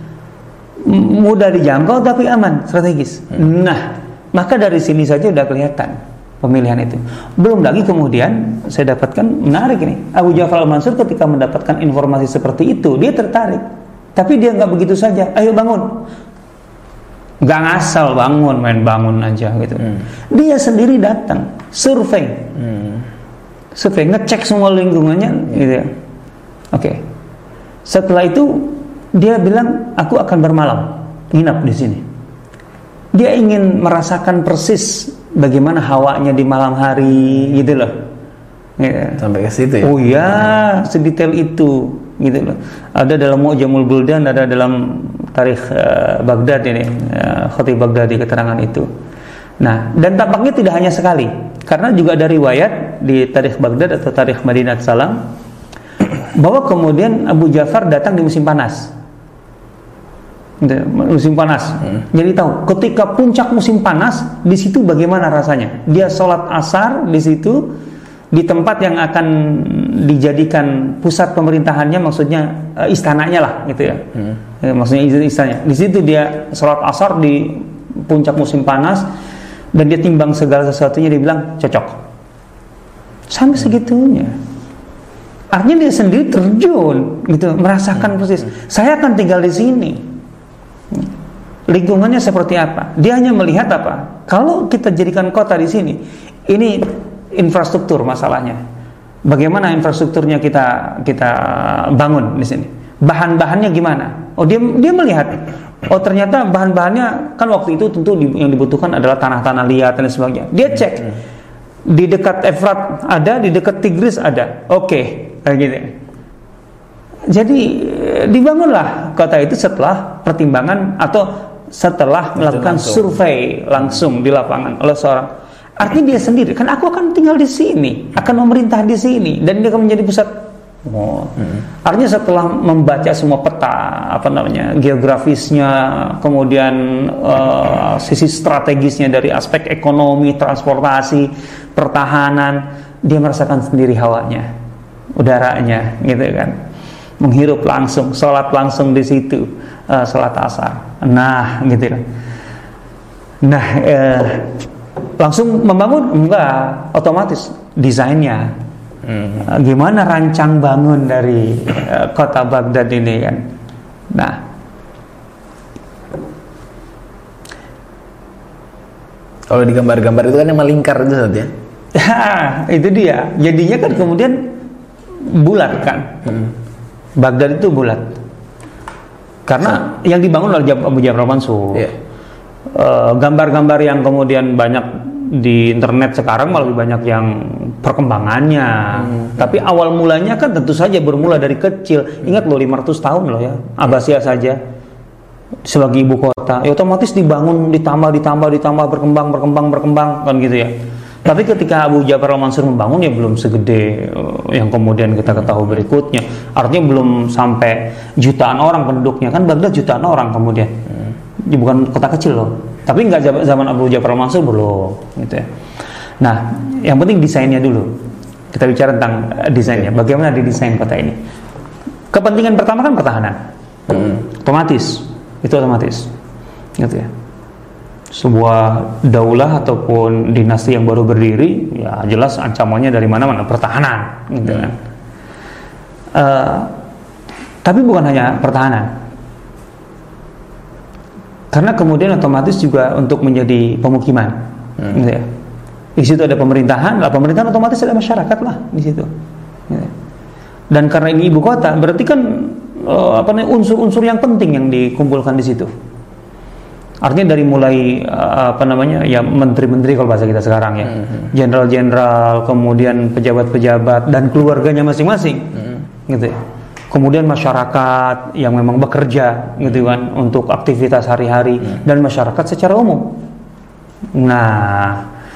Mudah dijangkau tapi aman, strategis. Hmm. Nah, maka dari sini saja udah kelihatan pemilihan itu. Belum lagi kemudian saya dapatkan menarik ini. Abu Ja'far al-Mansur ketika mendapatkan informasi seperti itu, dia tertarik. Tapi dia nggak begitu saja. Ayo bangun. Nggak ngasal bangun, main bangun aja gitu. Hmm. Dia sendiri datang, survei, hmm. survei, ngecek semua lingkungannya, hmm. gitu. Oke. Okay. Setelah itu dia bilang, aku akan bermalam, nginap di sini. Dia ingin merasakan persis bagaimana hawanya di malam hari, gitu loh. Ya. Sampai ke situ ya? Oh ya, sedetail itu, gitu loh. Ada dalam Mu'jamul Buldan, ada dalam tarikh uh, Baghdad ini, uh, Khatib Baghdadi keterangan itu. Nah, dan tampaknya tidak hanya sekali, karena juga ada riwayat di tarikh Baghdad atau tarikh Madinah Salam, bahwa kemudian Abu Ja'far datang di musim panas. Musim panas. Hmm. Jadi tahu ketika puncak musim panas di situ bagaimana rasanya. Dia sholat asar di situ di tempat yang akan dijadikan pusat pemerintahannya, maksudnya istananya lah gitu ya. Hmm. Ya, maksudnya istananya. Di situ dia sholat asar di puncak musim panas dan dia timbang segala sesuatunya, dia bilang cocok. Sampai hmm. segitunya. Artinya dia sendiri terjun gitu, merasakan hmm. persis. Saya akan tinggal di sini. Lingkungannya seperti apa? Dia hanya melihat apa? Kalau kita jadikan kota di sini, ini infrastruktur masalahnya. Bagaimana infrastrukturnya kita kita bangun di sini? Bahan-bahannya gimana? Oh dia dia melihat. Oh ternyata bahan-bahannya kan waktu itu tentu yang dibutuhkan adalah tanah-tanah liat dan sebagainya. Dia cek di dekat Efrat ada, di dekat Tigris ada. Oke, kayak gitu. Jadi dibangunlah kota itu setelah pertimbangan atau setelah melakukan langsung. survei langsung di lapangan oleh seorang. Artinya dia sendiri kan, aku akan tinggal di sini, akan memerintah di sini, dan dia akan menjadi pusat. Oh. Hmm. Artinya setelah membaca semua peta, apa namanya, geografisnya, kemudian uh, sisi strategisnya dari aspek ekonomi, transportasi, pertahanan, dia merasakan sendiri hawanya, udaranya, gitu kan. Menghirup langsung, sholat langsung di situ, uh, sholat asar. Nah, gitu kan. Nah, eh, langsung membangun? Enggak, otomatis desainnya. Hmm. Uh, gimana rancang bangun dari uh, kota Baghdad ini kan? Nah, kalau di gambar-gambar itu kan yang melingkar itu saja. Itu dia. Jadinya kan kemudian bulat kan. Hmm. Baghdad itu bulat karena so. yang dibangun oleh Abu Ja'far al-Mansur. Yeah. uh, gambar-gambar yang kemudian banyak di internet sekarang malah lebih banyak yang perkembangannya. Hmm. Tapi awal mulanya kan tentu saja bermula dari kecil. Ingat loh, lima ratus tahun loh ya, Abbasiyah saja sebagai ibu kota. Ya otomatis dibangun, ditambah, ditambah, ditambah, berkembang, berkembang, berkembang kan gitu ya. Tapi ketika Abu Ja'far Al-Mansur membangun ya belum segede uh, yang kemudian kita ketahui berikutnya. Artinya belum sampai jutaan orang penduduknya. Kan Baghdad jutaan orang kemudian. Hmm. Ya, bukan kota kecil loh. Tapi nggak zaman Abu Ja'far Al-Mansur belum, gitu ya. Nah, yang penting desainnya dulu. Kita bicara tentang uh, desainnya. Bagaimana didesain kota ini? Kepentingan pertama kan pertahanan. Hmm. Otomatis, itu otomatis, gitu ya. Sebuah daulah ataupun dinasti yang baru berdiri, ya jelas ancamannya dari mana-mana, pertahanan, gitu kan. Uh, tapi bukan hanya pertahanan. Karena kemudian otomatis juga untuk menjadi pemukiman, hmm. gitu ya. Di situ ada pemerintahan, lah pemerintahan otomatis ada masyarakat lah di situ. Gitu. Dan karena ini ibu kota, berarti kan uh, apa namanya unsur-unsur yang penting yang dikumpulkan di situ. Artinya dari mulai uh, apa namanya ya menteri-menteri kalau bahasa kita sekarang ya, hmm. jenderal-jenderal, kemudian pejabat-pejabat dan keluarganya masing-masing, hmm. gitu ya. Kemudian masyarakat yang memang bekerja gitu kan untuk aktivitas hari-hari hmm. dan masyarakat secara umum. Nah,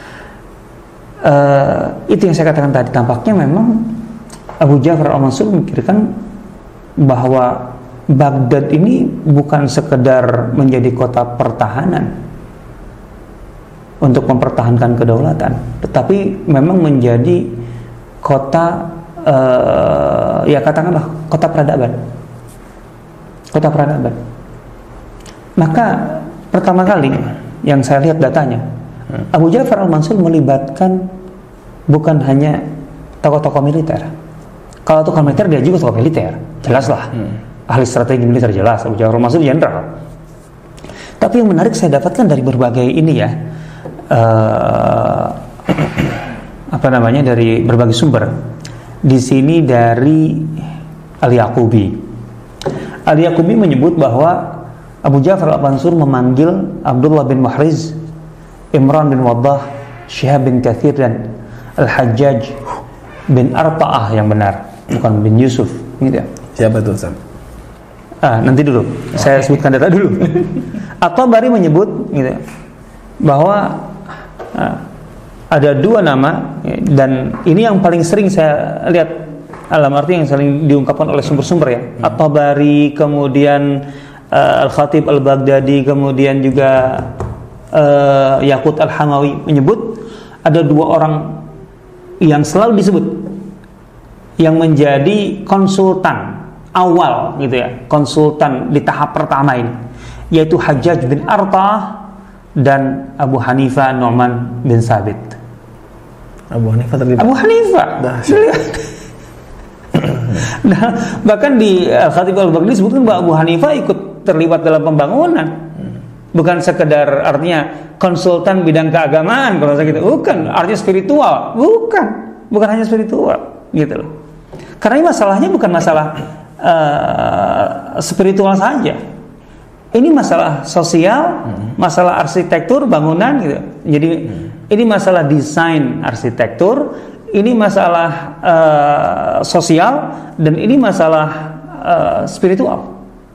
uh, itu yang saya katakan tadi, tampaknya memang Abu Ja'far Al-Mansur memikirkan bahwa Baghdad ini bukan sekedar menjadi kota pertahanan untuk mempertahankan kedaulatan, tetapi memang menjadi kota Uh, ya katakanlah kota peradaban, kota peradaban. Maka pertama kali yang saya lihat datanya, hmm. Abu Ja'far Al-Mansur melibatkan bukan hanya tokoh-tokoh militer. Kalau tokoh militer dia juga tokoh militer, jelaslah, hmm. ahli strategi militer jelas. Abu Ja'far Al-Mansur jenderal. Tapi yang menarik saya dapatkan dari berbagai ini ya, uh, apa namanya dari berbagai sumber. Di sini dari Al-Yaqubi. Al-Yaqubi menyebut bahwa Abu Ja'far Al-Mansur memanggil Abdullah bin Muhriz, Imran bin Waddah, Syihab bin Kathir dan Al-Hajjaj bin Arta'ah yang benar, bukan bin Yusuf, gitu ya. Siapa itu, Ustaz? Ah, nanti dulu. Okay. Saya sebutkan data dulu. At-Tabari menyebut gitu ya, bahwa ah, ada dua nama dan ini yang paling sering saya lihat dalam arti yang sering diungkapkan oleh sumber-sumber ya. Hmm. At-Tabari, kemudian uh, Al-Khatib Al-Baghdadi, kemudian juga uh, Yaqut Al-Hamawi menyebut ada dua orang yang selalu disebut yang menjadi konsultan awal gitu ya, konsultan di tahap pertama ini, yaitu Hajjaj bin Arta'ah dan Abu Hanifah Nu'man bin Sabit. Abu Hanifah terlibat. Abu Hanifah. Nah, bahkan di Al-Khatib Al-Baghdadi disebutkan bahwa Abu Hanifah ikut terlibat dalam pembangunan. Bukan sekedar artinya konsultan bidang keagamaan kalau saya gitu. Bukan, artinya spiritual. Bukan. Bukan hanya spiritual, gitu loh. Karena ini masalahnya bukan masalah uh, spiritual saja. Ini masalah sosial, hmm. masalah arsitektur bangunan gitu. Jadi hmm. ini masalah desain arsitektur, ini masalah uh, sosial, dan ini masalah uh, spiritual.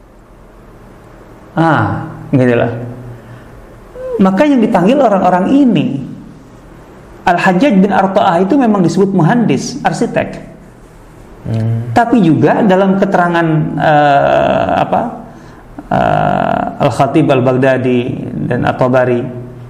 Ah, gitulah. Maka yang dipanggil orang-orang ini, Al-Hajjaj bin Arta'ah itu memang disebut muhandis, arsitek. Hmm. Tapi juga dalam keterangan uh, apa? Uh, Al-Khatib Al-Baghdadi dan At-Tabari,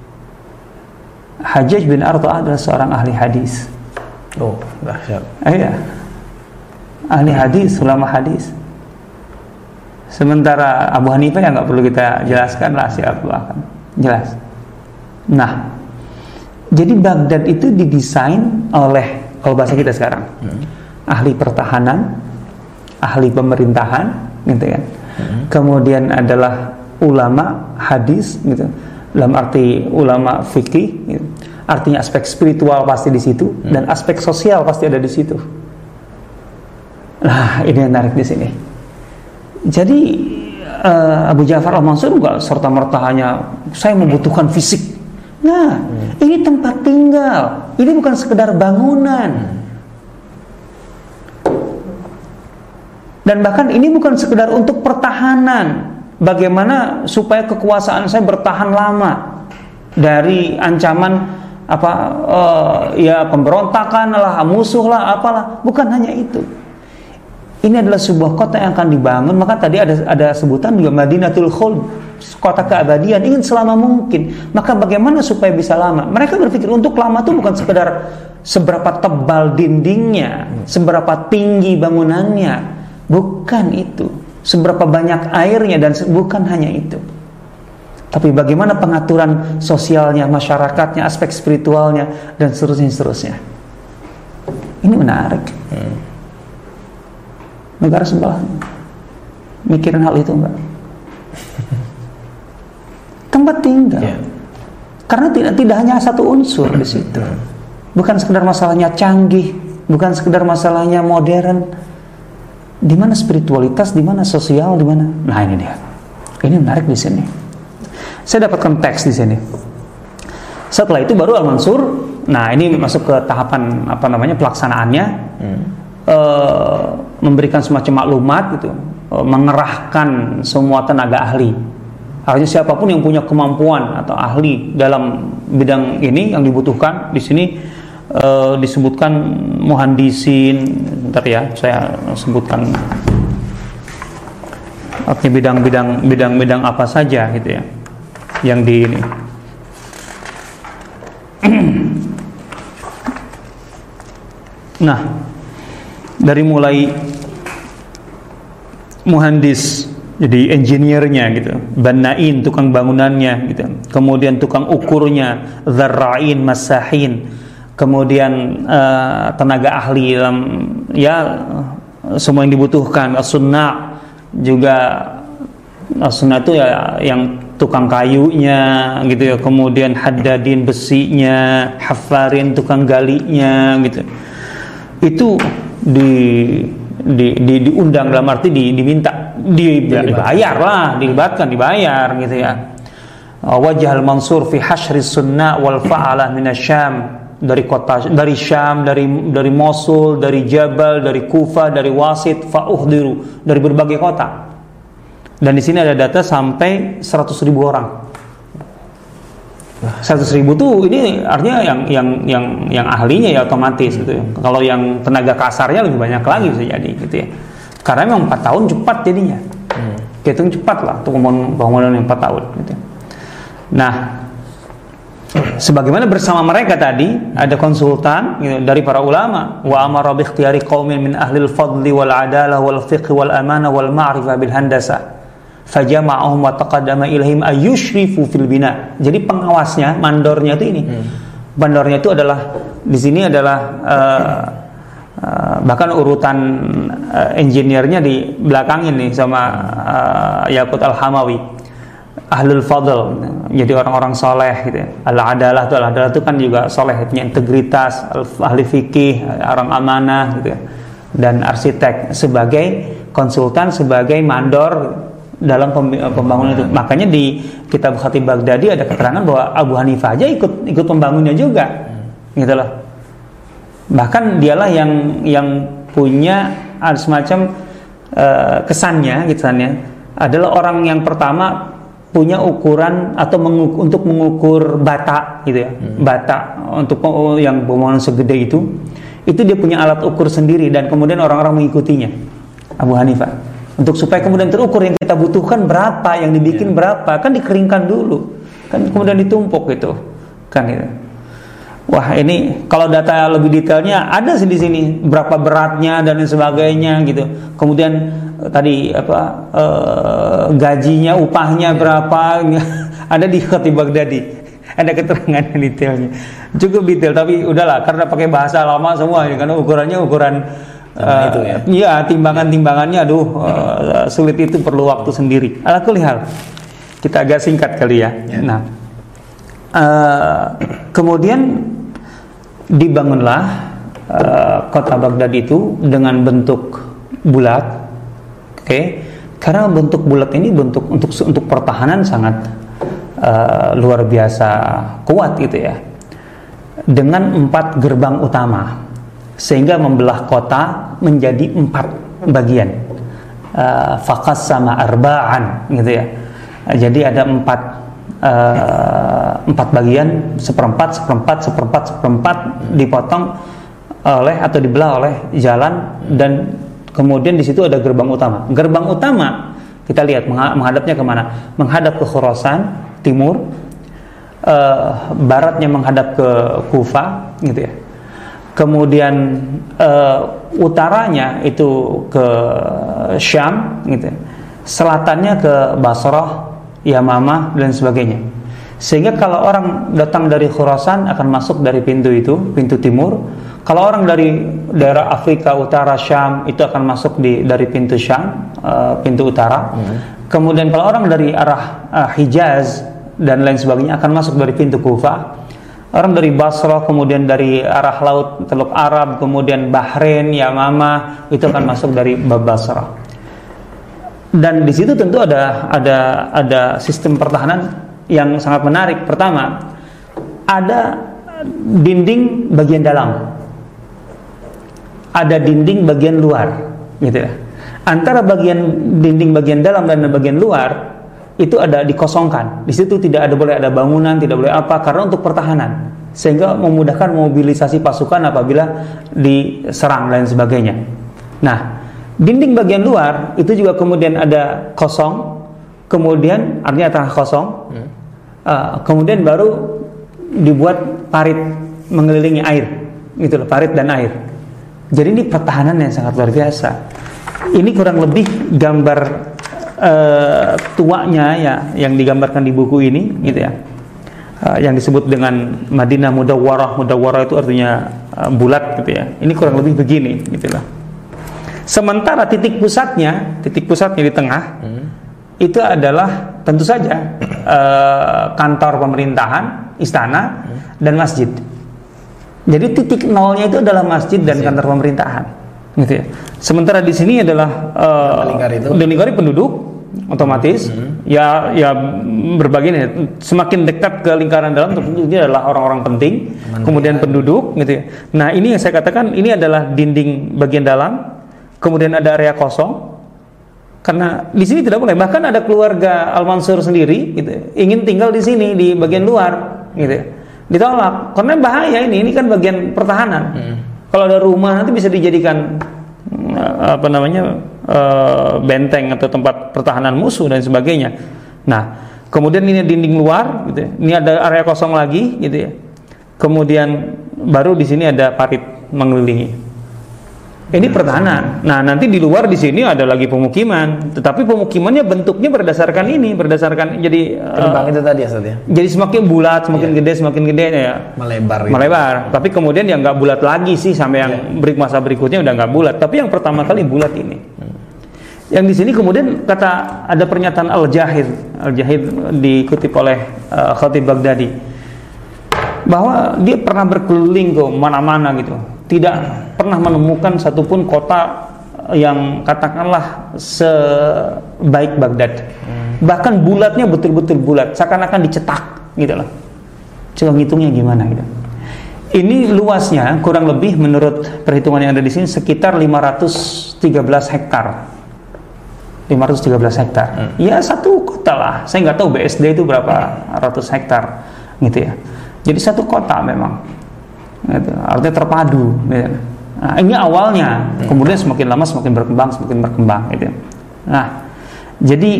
Hajjaj bin Arta'ah adalah seorang ahli hadis. Oh, dahsyat. Iya. Ahli hadis, ulama hadis. Sementara Abu Hanifah yang nggak perlu kita jelaskan lah siapa kan. Jelas. Nah, jadi Baghdad itu didesain oleh, kalau bahasa kita sekarang, hmm. ahli pertahanan, ahli pemerintahan, gitu kan. Hmm. Kemudian adalah ulama hadis, gitu. Dalam arti ulama fikih, gitu. Artinya aspek spiritual pasti di situ, hmm. dan aspek sosial pasti ada di situ. Nah, ini yang menarik di sini. Jadi uh, Abu Ja'far al-Mansur enggak serta-merta hanya saya membutuhkan fisik. Nah, hmm. ini tempat tinggal. Ini bukan sekedar bangunan. Dan bahkan ini bukan sekedar untuk pertahanan. Bagaimana supaya kekuasaan saya bertahan lama dari ancaman apa uh, ya pemberontakan lah, musuh lah, apalah. Bukan hanya itu. Ini adalah sebuah kota yang akan dibangun. Maka tadi ada ada sebutan juga Madinatul Khuld, kota keabadian, ingin selama mungkin. Maka bagaimana supaya bisa lama? Mereka berpikir untuk lama itu bukan sekedar seberapa tebal dindingnya, seberapa tinggi bangunannya. Bukan itu. Seberapa banyak airnya, dan bukan hanya itu. Tapi bagaimana pengaturan sosialnya, masyarakatnya, aspek spiritualnya, dan seterusnya seterusnya. Ini menarik. Hmm. Negara sebelah mikirin hal itu enggak? Tempat tinggal. Yeah. Karena tidak tidak hanya satu unsur di situ. Bukan sekedar masalahnya canggih, bukan sekedar masalahnya modern. Di mana spiritualitas, di mana sosial, di mana? Nah, ini dia. Ini menarik di sini. Saya dapatkan teks di sini. Setelah itu baru Al-Mansur. Nah, ini masuk ke tahapan apa namanya pelaksanaannya. Hmm. E, memberikan semacam maklumat gitu, e, mengerahkan semua tenaga ahli. Artinya siapapun yang punya kemampuan atau ahli dalam bidang ini yang dibutuhkan di sini. Uh, disebutkan muhandisin, bentar ya, saya sebutkan artinya bidang-bidang bidang-bidang apa saja gitu ya yang di ini. Nah, dari mulai muhandis, jadi engineer-nya gitu, banain, tukang bangunannya gitu, kemudian tukang ukurnya, dzarra'in, masahin, kemudian uh, tenaga ahli dalam ya semua yang dibutuhkan, as-sunna juga, as-sunna itu ya yang tukang kayunya gitu ya, kemudian haddadin besinya, hafarin tukang galinya gitu. Itu di di, di diundang dalam arti di, diminta di, dibayar lah, dilibatkan, dibayar gitu ya. Wajah al-Mansur fi hashri sunna wal fa'alah minasyam, dari kota, dari Syam, dari dari Mosul, dari Jabal, dari Kufah, dari Wasit, fa'uhdiru, dari berbagai kota. Dan di sini ada data sampai seratus ribu orang. seratus ribu tuh ini artinya yang yang yang yang ahlinya ya otomatis gitu ya. Kalau yang tenaga kasarnya lebih banyak lagi bisa jadi gitu ya. Karena memang empat tahun cepat jadinya. Hmm. Hitung cepat lah untuk bangunan yang empat tahun gitu. Nah, sebagaimana bersama mereka tadi ada konsultan gitu, dari para ulama, wa amara bi ikhtiyari qaumin min ahli al-fadli wal adalah wal fiqh wal amanah wal ma'rifah bil handasah fajama'ahum wa taqaddama ilaihim ayyushrifu fil bina. Jadi pengawasnya, mandornya itu ini. Hmm. Mandornya itu adalah di sini adalah uh, uh, bahkan urutan uh, engineer-nya di belakang ini sama uh, Yaqut Al-Hamawi. Ahlul fadl, jadi orang-orang soleh gitu. Al-adalah itu, al-adalah itu kan juga soleh, punya integritas, ahli fikih, orang amanah gitu. Dan arsitek sebagai konsultan, sebagai mandor dalam pembangunan itu. Makanya di kitab Khatib Baghdadi ada keterangan bahwa Abu Hanifah aja ikut ikut pembangunnya juga, gitu loh. Bahkan dialah yang yang punya semacam uh, kesannya, kesannya adalah orang yang pertama punya ukuran atau mengukur, untuk mengukur bata, gitu ya, hmm. bata untuk yang bangunan segede itu, itu dia punya alat ukur sendiri dan kemudian orang-orang mengikutinya, Abu Hanifah. Untuk supaya kemudian terukur yang kita butuhkan berapa, yang dibikin yeah. berapa, kan dikeringkan dulu, kan kemudian ditumpuk gitu, kan gitu. Wah, ini kalau data lebih detailnya ada sih di sini, berapa beratnya dan lain sebagainya gitu. Kemudian tadi apa eh, gajinya, upahnya yeah. berapa, ada di Khatib Baghdadi, ada keterangan detailnya, cukup detail. Tapi udahlah, karena pakai bahasa lama semua, ya, karena ukurannya ukuran Uh, itu ya. Iya, timbangan-timbangannya aduh uh, sulit, itu perlu waktu sendiri. Ala kulli hal, kita agak singkat kali ya. ya. Nah, uh, kemudian dibangunlah uh, kota Baghdad itu dengan bentuk bulat, oke, okay? Karena bentuk bulat ini bentuk untuk untuk pertahanan sangat uh, luar biasa kuat gitu ya. Dengan empat gerbang utama, sehingga membelah kota menjadi empat bagian. Uh, Fakas sama arba'an gitu ya. Uh, jadi ada empat uh, empat bagian, seperempat, seperempat, seperempat, seperempat dipotong oleh atau dibelah oleh jalan, dan kemudian di situ ada gerbang utama. Gerbang utama kita lihat menghadapnya kemana? Menghadap ke Khurasan timur. Uh, baratnya menghadap ke Kufa gitu ya. Kemudian uh, utaranya itu ke Syam gitu ya. Selatannya ke Basrah, Yamamah dan sebagainya. Sehingga kalau orang datang dari Khurasan akan masuk dari pintu itu, pintu timur. Kalau orang dari daerah Afrika Utara, Syam, itu akan masuk di dari pintu Syam, uh, pintu utara. Hmm. Kemudian kalau orang dari arah uh, Hijaz dan lain sebagainya akan masuk dari pintu Kufah. Orang dari Basrah, kemudian dari arah laut Teluk Arab, kemudian Bahrain, Yamamah, itu akan masuk dari bab Basrah. Dan di situ tentu ada ada ada sistem pertahanan yang sangat menarik. Pertama, ada dinding bagian dalam, ada dinding bagian luar, gitu ya. Antara bagian dinding bagian dalam dan bagian luar itu ada dikosongkan. Di situ tidak ada boleh ada bangunan, tidak boleh apa, karena untuk pertahanan, sehingga memudahkan mobilisasi pasukan apabila diserang dan sebagainya. Nah, dinding bagian luar itu juga kemudian ada kosong, kemudian artinya tanah kosong, hmm. uh, kemudian baru dibuat parit mengelilingi air, gitu loh, parit dan air. Jadi ini pertahanan yang sangat luar biasa. Ini kurang lebih gambar Uh, tuanya ya yang digambarkan di buku ini gitu ya, uh, yang disebut dengan Madinah Mudawwarah. Mudawwarah itu artinya uh, bulat gitu ya. Ini kurang lebih begini gitu lah. Sementara titik pusatnya, titik pusatnya di tengah hmm. itu adalah tentu saja uh, kantor pemerintahan, istana hmm. dan masjid. Jadi titik nolnya itu adalah masjid dan masjid. Kantor pemerintahan gitu ya. Sementara di sini adalah uh, lingkaran penduduk otomatis mm-hmm. ya ya berbagai nih, semakin dekat ke lingkaran dalam tentu dia adalah orang-orang penting, Mandikan. Kemudian penduduk gitu ya. Nah, ini yang saya katakan ini adalah dinding bagian dalam, kemudian ada area kosong. Karena di sini tidak boleh, bahkan ada keluarga Al-Mansur sendiri gitu, ingin tinggal di sini di bagian luar gitu ya. Ditolak karena bahaya ini, ini kan bagian pertahanan. Mm. Kalau ada rumah nanti bisa dijadikan apa namanya uh, benteng atau tempat pertahanan musuh dan sebagainya. Nah, kemudian ini dinding luar, gitu ya. Ini ada area kosong lagi, gitu ya. Kemudian baru di sini ada parit mengelilingi. Ini pertahanan. Nah, nanti di luar di sini ada lagi pemukiman, tetapi pemukimannya bentuknya berdasarkan ini, berdasarkan jadi gerbang uh, itu tadi ya, Ustaz ya. Jadi semakin bulat, semakin yeah. gede, semakin gede ya. Melebar. Gitu. Melebar. Tapi kemudian yang nggak bulat lagi sih sampai yang yeah. berik masa berikutnya udah nggak bulat. Tapi yang pertama kali bulat ini. Hmm. Yang di sini kemudian kata ada pernyataan Al-Jahid, Al-Jahid dikutip oleh uh, Khatib Baghdadi bahwa dia pernah berkeliling ke mana-mana gitu. Tidak pernah menemukan satupun kota yang katakanlah sebaik Baghdad. Hmm. Bahkan bulatnya betul-betul bulat, seakan-akan dicetak gitu loh. Coba ngitungnya gimana gitu. Ini luasnya kurang lebih menurut perhitungan yang ada di sini sekitar lima ratus tiga belas hektar. lima ratus tiga belas hektar. Hmm. Ya satu kota lah. Saya nggak tahu B S D itu berapa ratus hektar gitu ya. Jadi satu kota memang. Gitu. Artinya terpadu gitu. Nah, ini awalnya, kemudian semakin lama semakin berkembang, semakin berkembang gitu. Nah, jadi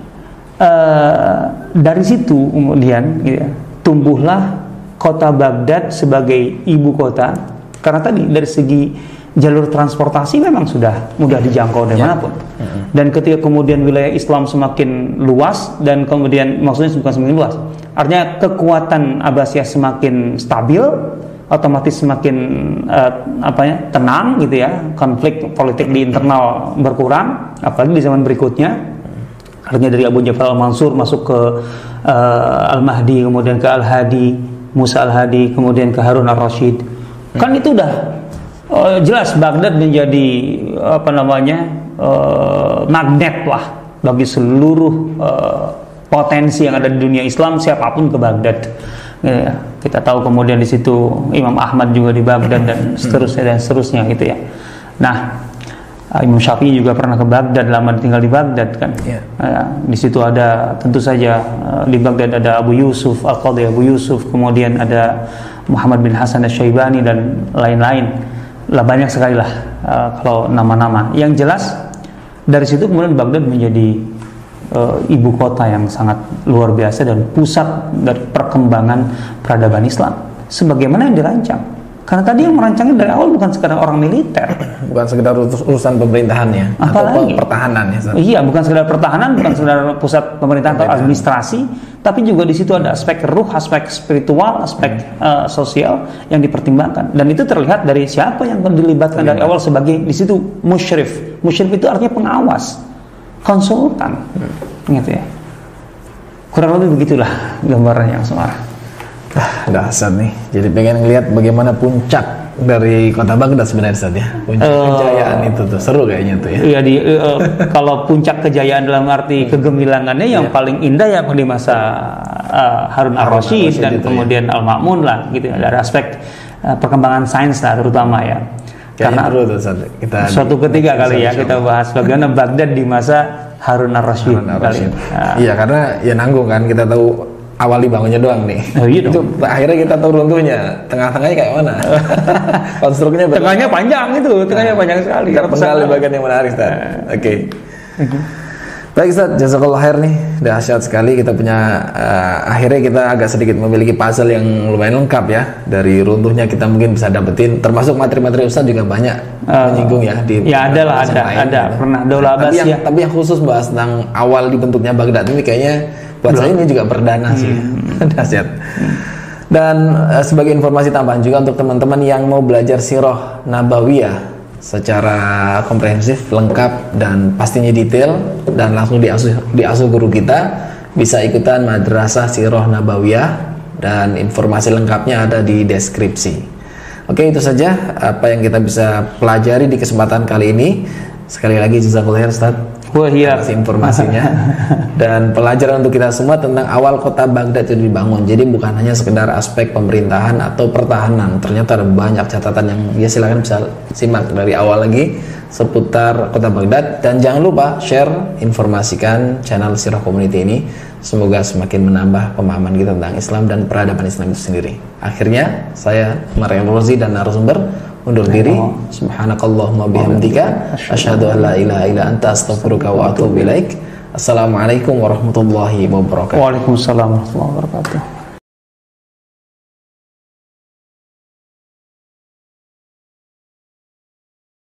uh, dari situ kemudian gitu ya, tumbuhlah kota Baghdad sebagai ibu kota, karena tadi dari segi jalur transportasi memang sudah mudah dijangkau dari ya. Manapun. Dan ketika kemudian wilayah Islam semakin luas, dan kemudian maksudnya bukan semakin luas, artinya kekuatan Abbasiyah semakin stabil, otomatis semakin uh, apa ya, tenang gitu ya, konflik politik di internal berkurang, apalagi di zaman berikutnya, artinya dari Abu Ja'far Al-Mansur masuk ke uh, Al-Mahdi, kemudian ke Al-Hadi, Musa Al-Hadi, kemudian ke Harun Ar-Rasyid, hmm. kan itu udah uh, jelas Baghdad menjadi apa namanya uh, magnet lah bagi seluruh uh, potensi yang ada di dunia Islam, siapapun ke Baghdad. Ya, kita tahu kemudian di situ Imam Ahmad juga di Baghdad dan seterusnya dan seterusnya gitu ya. Nah, Imam Syafi'i juga pernah ke Baghdad, lama tinggal di Baghdad kan. Yeah. Ya, di situ ada tentu saja di Baghdad ada Abu Yusuf Al-Qadhi Abu Yusuf, kemudian ada Muhammad bin Hasan Asy-Syaibani dan lain-lain. Lah banyak sekali lah uh, kalau nama-nama. Yang jelas dari situ kemudian Baghdad menjadi uh, ibu kota yang sangat luar biasa dan pusat dari perkembangan peradaban Islam sebagaimana yang dirancang. Karena tadi yang merancangnya dari awal bukan sekedar orang militer, bukan sekedar urusan pemerintahannya atau pertahanan ya. Iya, bukan sekedar pertahanan, bukan sekedar pusat pemerintahan atau administrasi, tapi juga di situ ada aspek ruh, aspek spiritual, aspek hmm. uh, sosial yang dipertimbangkan. Dan itu terlihat dari siapa yang dilibatkan dari awal sebagai di situ musyrif. Musyrif itu artinya pengawas, konsultan, hmm. gitu ya. Kurang lebih begitulah gambarannya yang semarah. Ah, dahsyat nih. Jadi pengen ngeliat bagaimana puncak dari kota Baghdad sebenarnya Ustaz ya. Puncak uh, kejayaan itu tuh seru kayaknya tuh ya. Iya di uh, kalau puncak kejayaan dalam arti kegemilangannya yang yeah. paling indah ya di masa uh, Harun Ar-Rasyid dan kemudian ya. Al-Ma'mun lah gitu ya. Dari aspek uh, perkembangan sains lah terutama ya. Karena perlu tuh Ustaz. Kita suatu ketiga kali ya kita bahas bagaimana Baghdad di masa Harun Ar-Rasyid. Harun Ar-Rasyid. Uh, iya karena ya nanggung kan, kita tahu awal dibangunnya doang nih. Oh, iya itu dong. Akhirnya kita tahu runtuhnya. Tengah-tengahnya kayak mana? Konstruknya betul. Tengahnya panjang itu, tengahnya nah, panjang sekali. Karena sekali bagian yang menarik, Ustaz. Oke. Okay. Okay. Baik Ustaz, jazakallah khair nih. Dahsyat sekali kita punya uh, akhirnya kita agak sedikit memiliki puzzle yang lumayan lengkap ya. Dari runtuhnya kita mungkin bisa dapetin, termasuk materi-materi Ustaz juga banyak uh, menyinggung ya di ya ada lah ada lain, ada gitu. Pernah Daulah Abbasiyah. Tapi yang tapi yang khusus bahas tentang awal dibentuknya Baghdad ini kayaknya buat Belum. saya ini juga perdana sih. Hmm. Dahsyat. Dan uh, sebagai informasi tambahan juga untuk teman-teman yang mau belajar sirah nabawiyah secara komprehensif, lengkap dan pastinya detail dan langsung diasuh diasuh guru kita, bisa ikutan Madrasah Sirah Nabawiyah dan informasi lengkapnya ada di deskripsi. Oke, itu saja apa yang kita bisa pelajari di kesempatan kali ini. Sekali lagi jazakallahu khair Ustaz. Wah iya. Atas informasinya dan pelajaran untuk kita semua tentang awal kota Baghdad itu dibangun. Jadi bukan hanya sekedar aspek pemerintahan atau pertahanan, ternyata ada banyak catatan yang ya silakan bisa simak dari awal lagi seputar kota Baghdad. Dan jangan lupa share, informasikan channel Sirah Community ini, semoga semakin menambah pemahaman kita tentang Islam dan peradaban Islam itu sendiri. Akhirnya saya Umar El-Rozi dan narasumber undur diri. Subhanakallahumma bihamdika asyhadu an la ilaha illa anta astaghfiruka wa atubu ilaik. Assalamualaikum warahmatullahi wabarakatuh. Waalaikumsalam warahmatullahi wabarakatuh.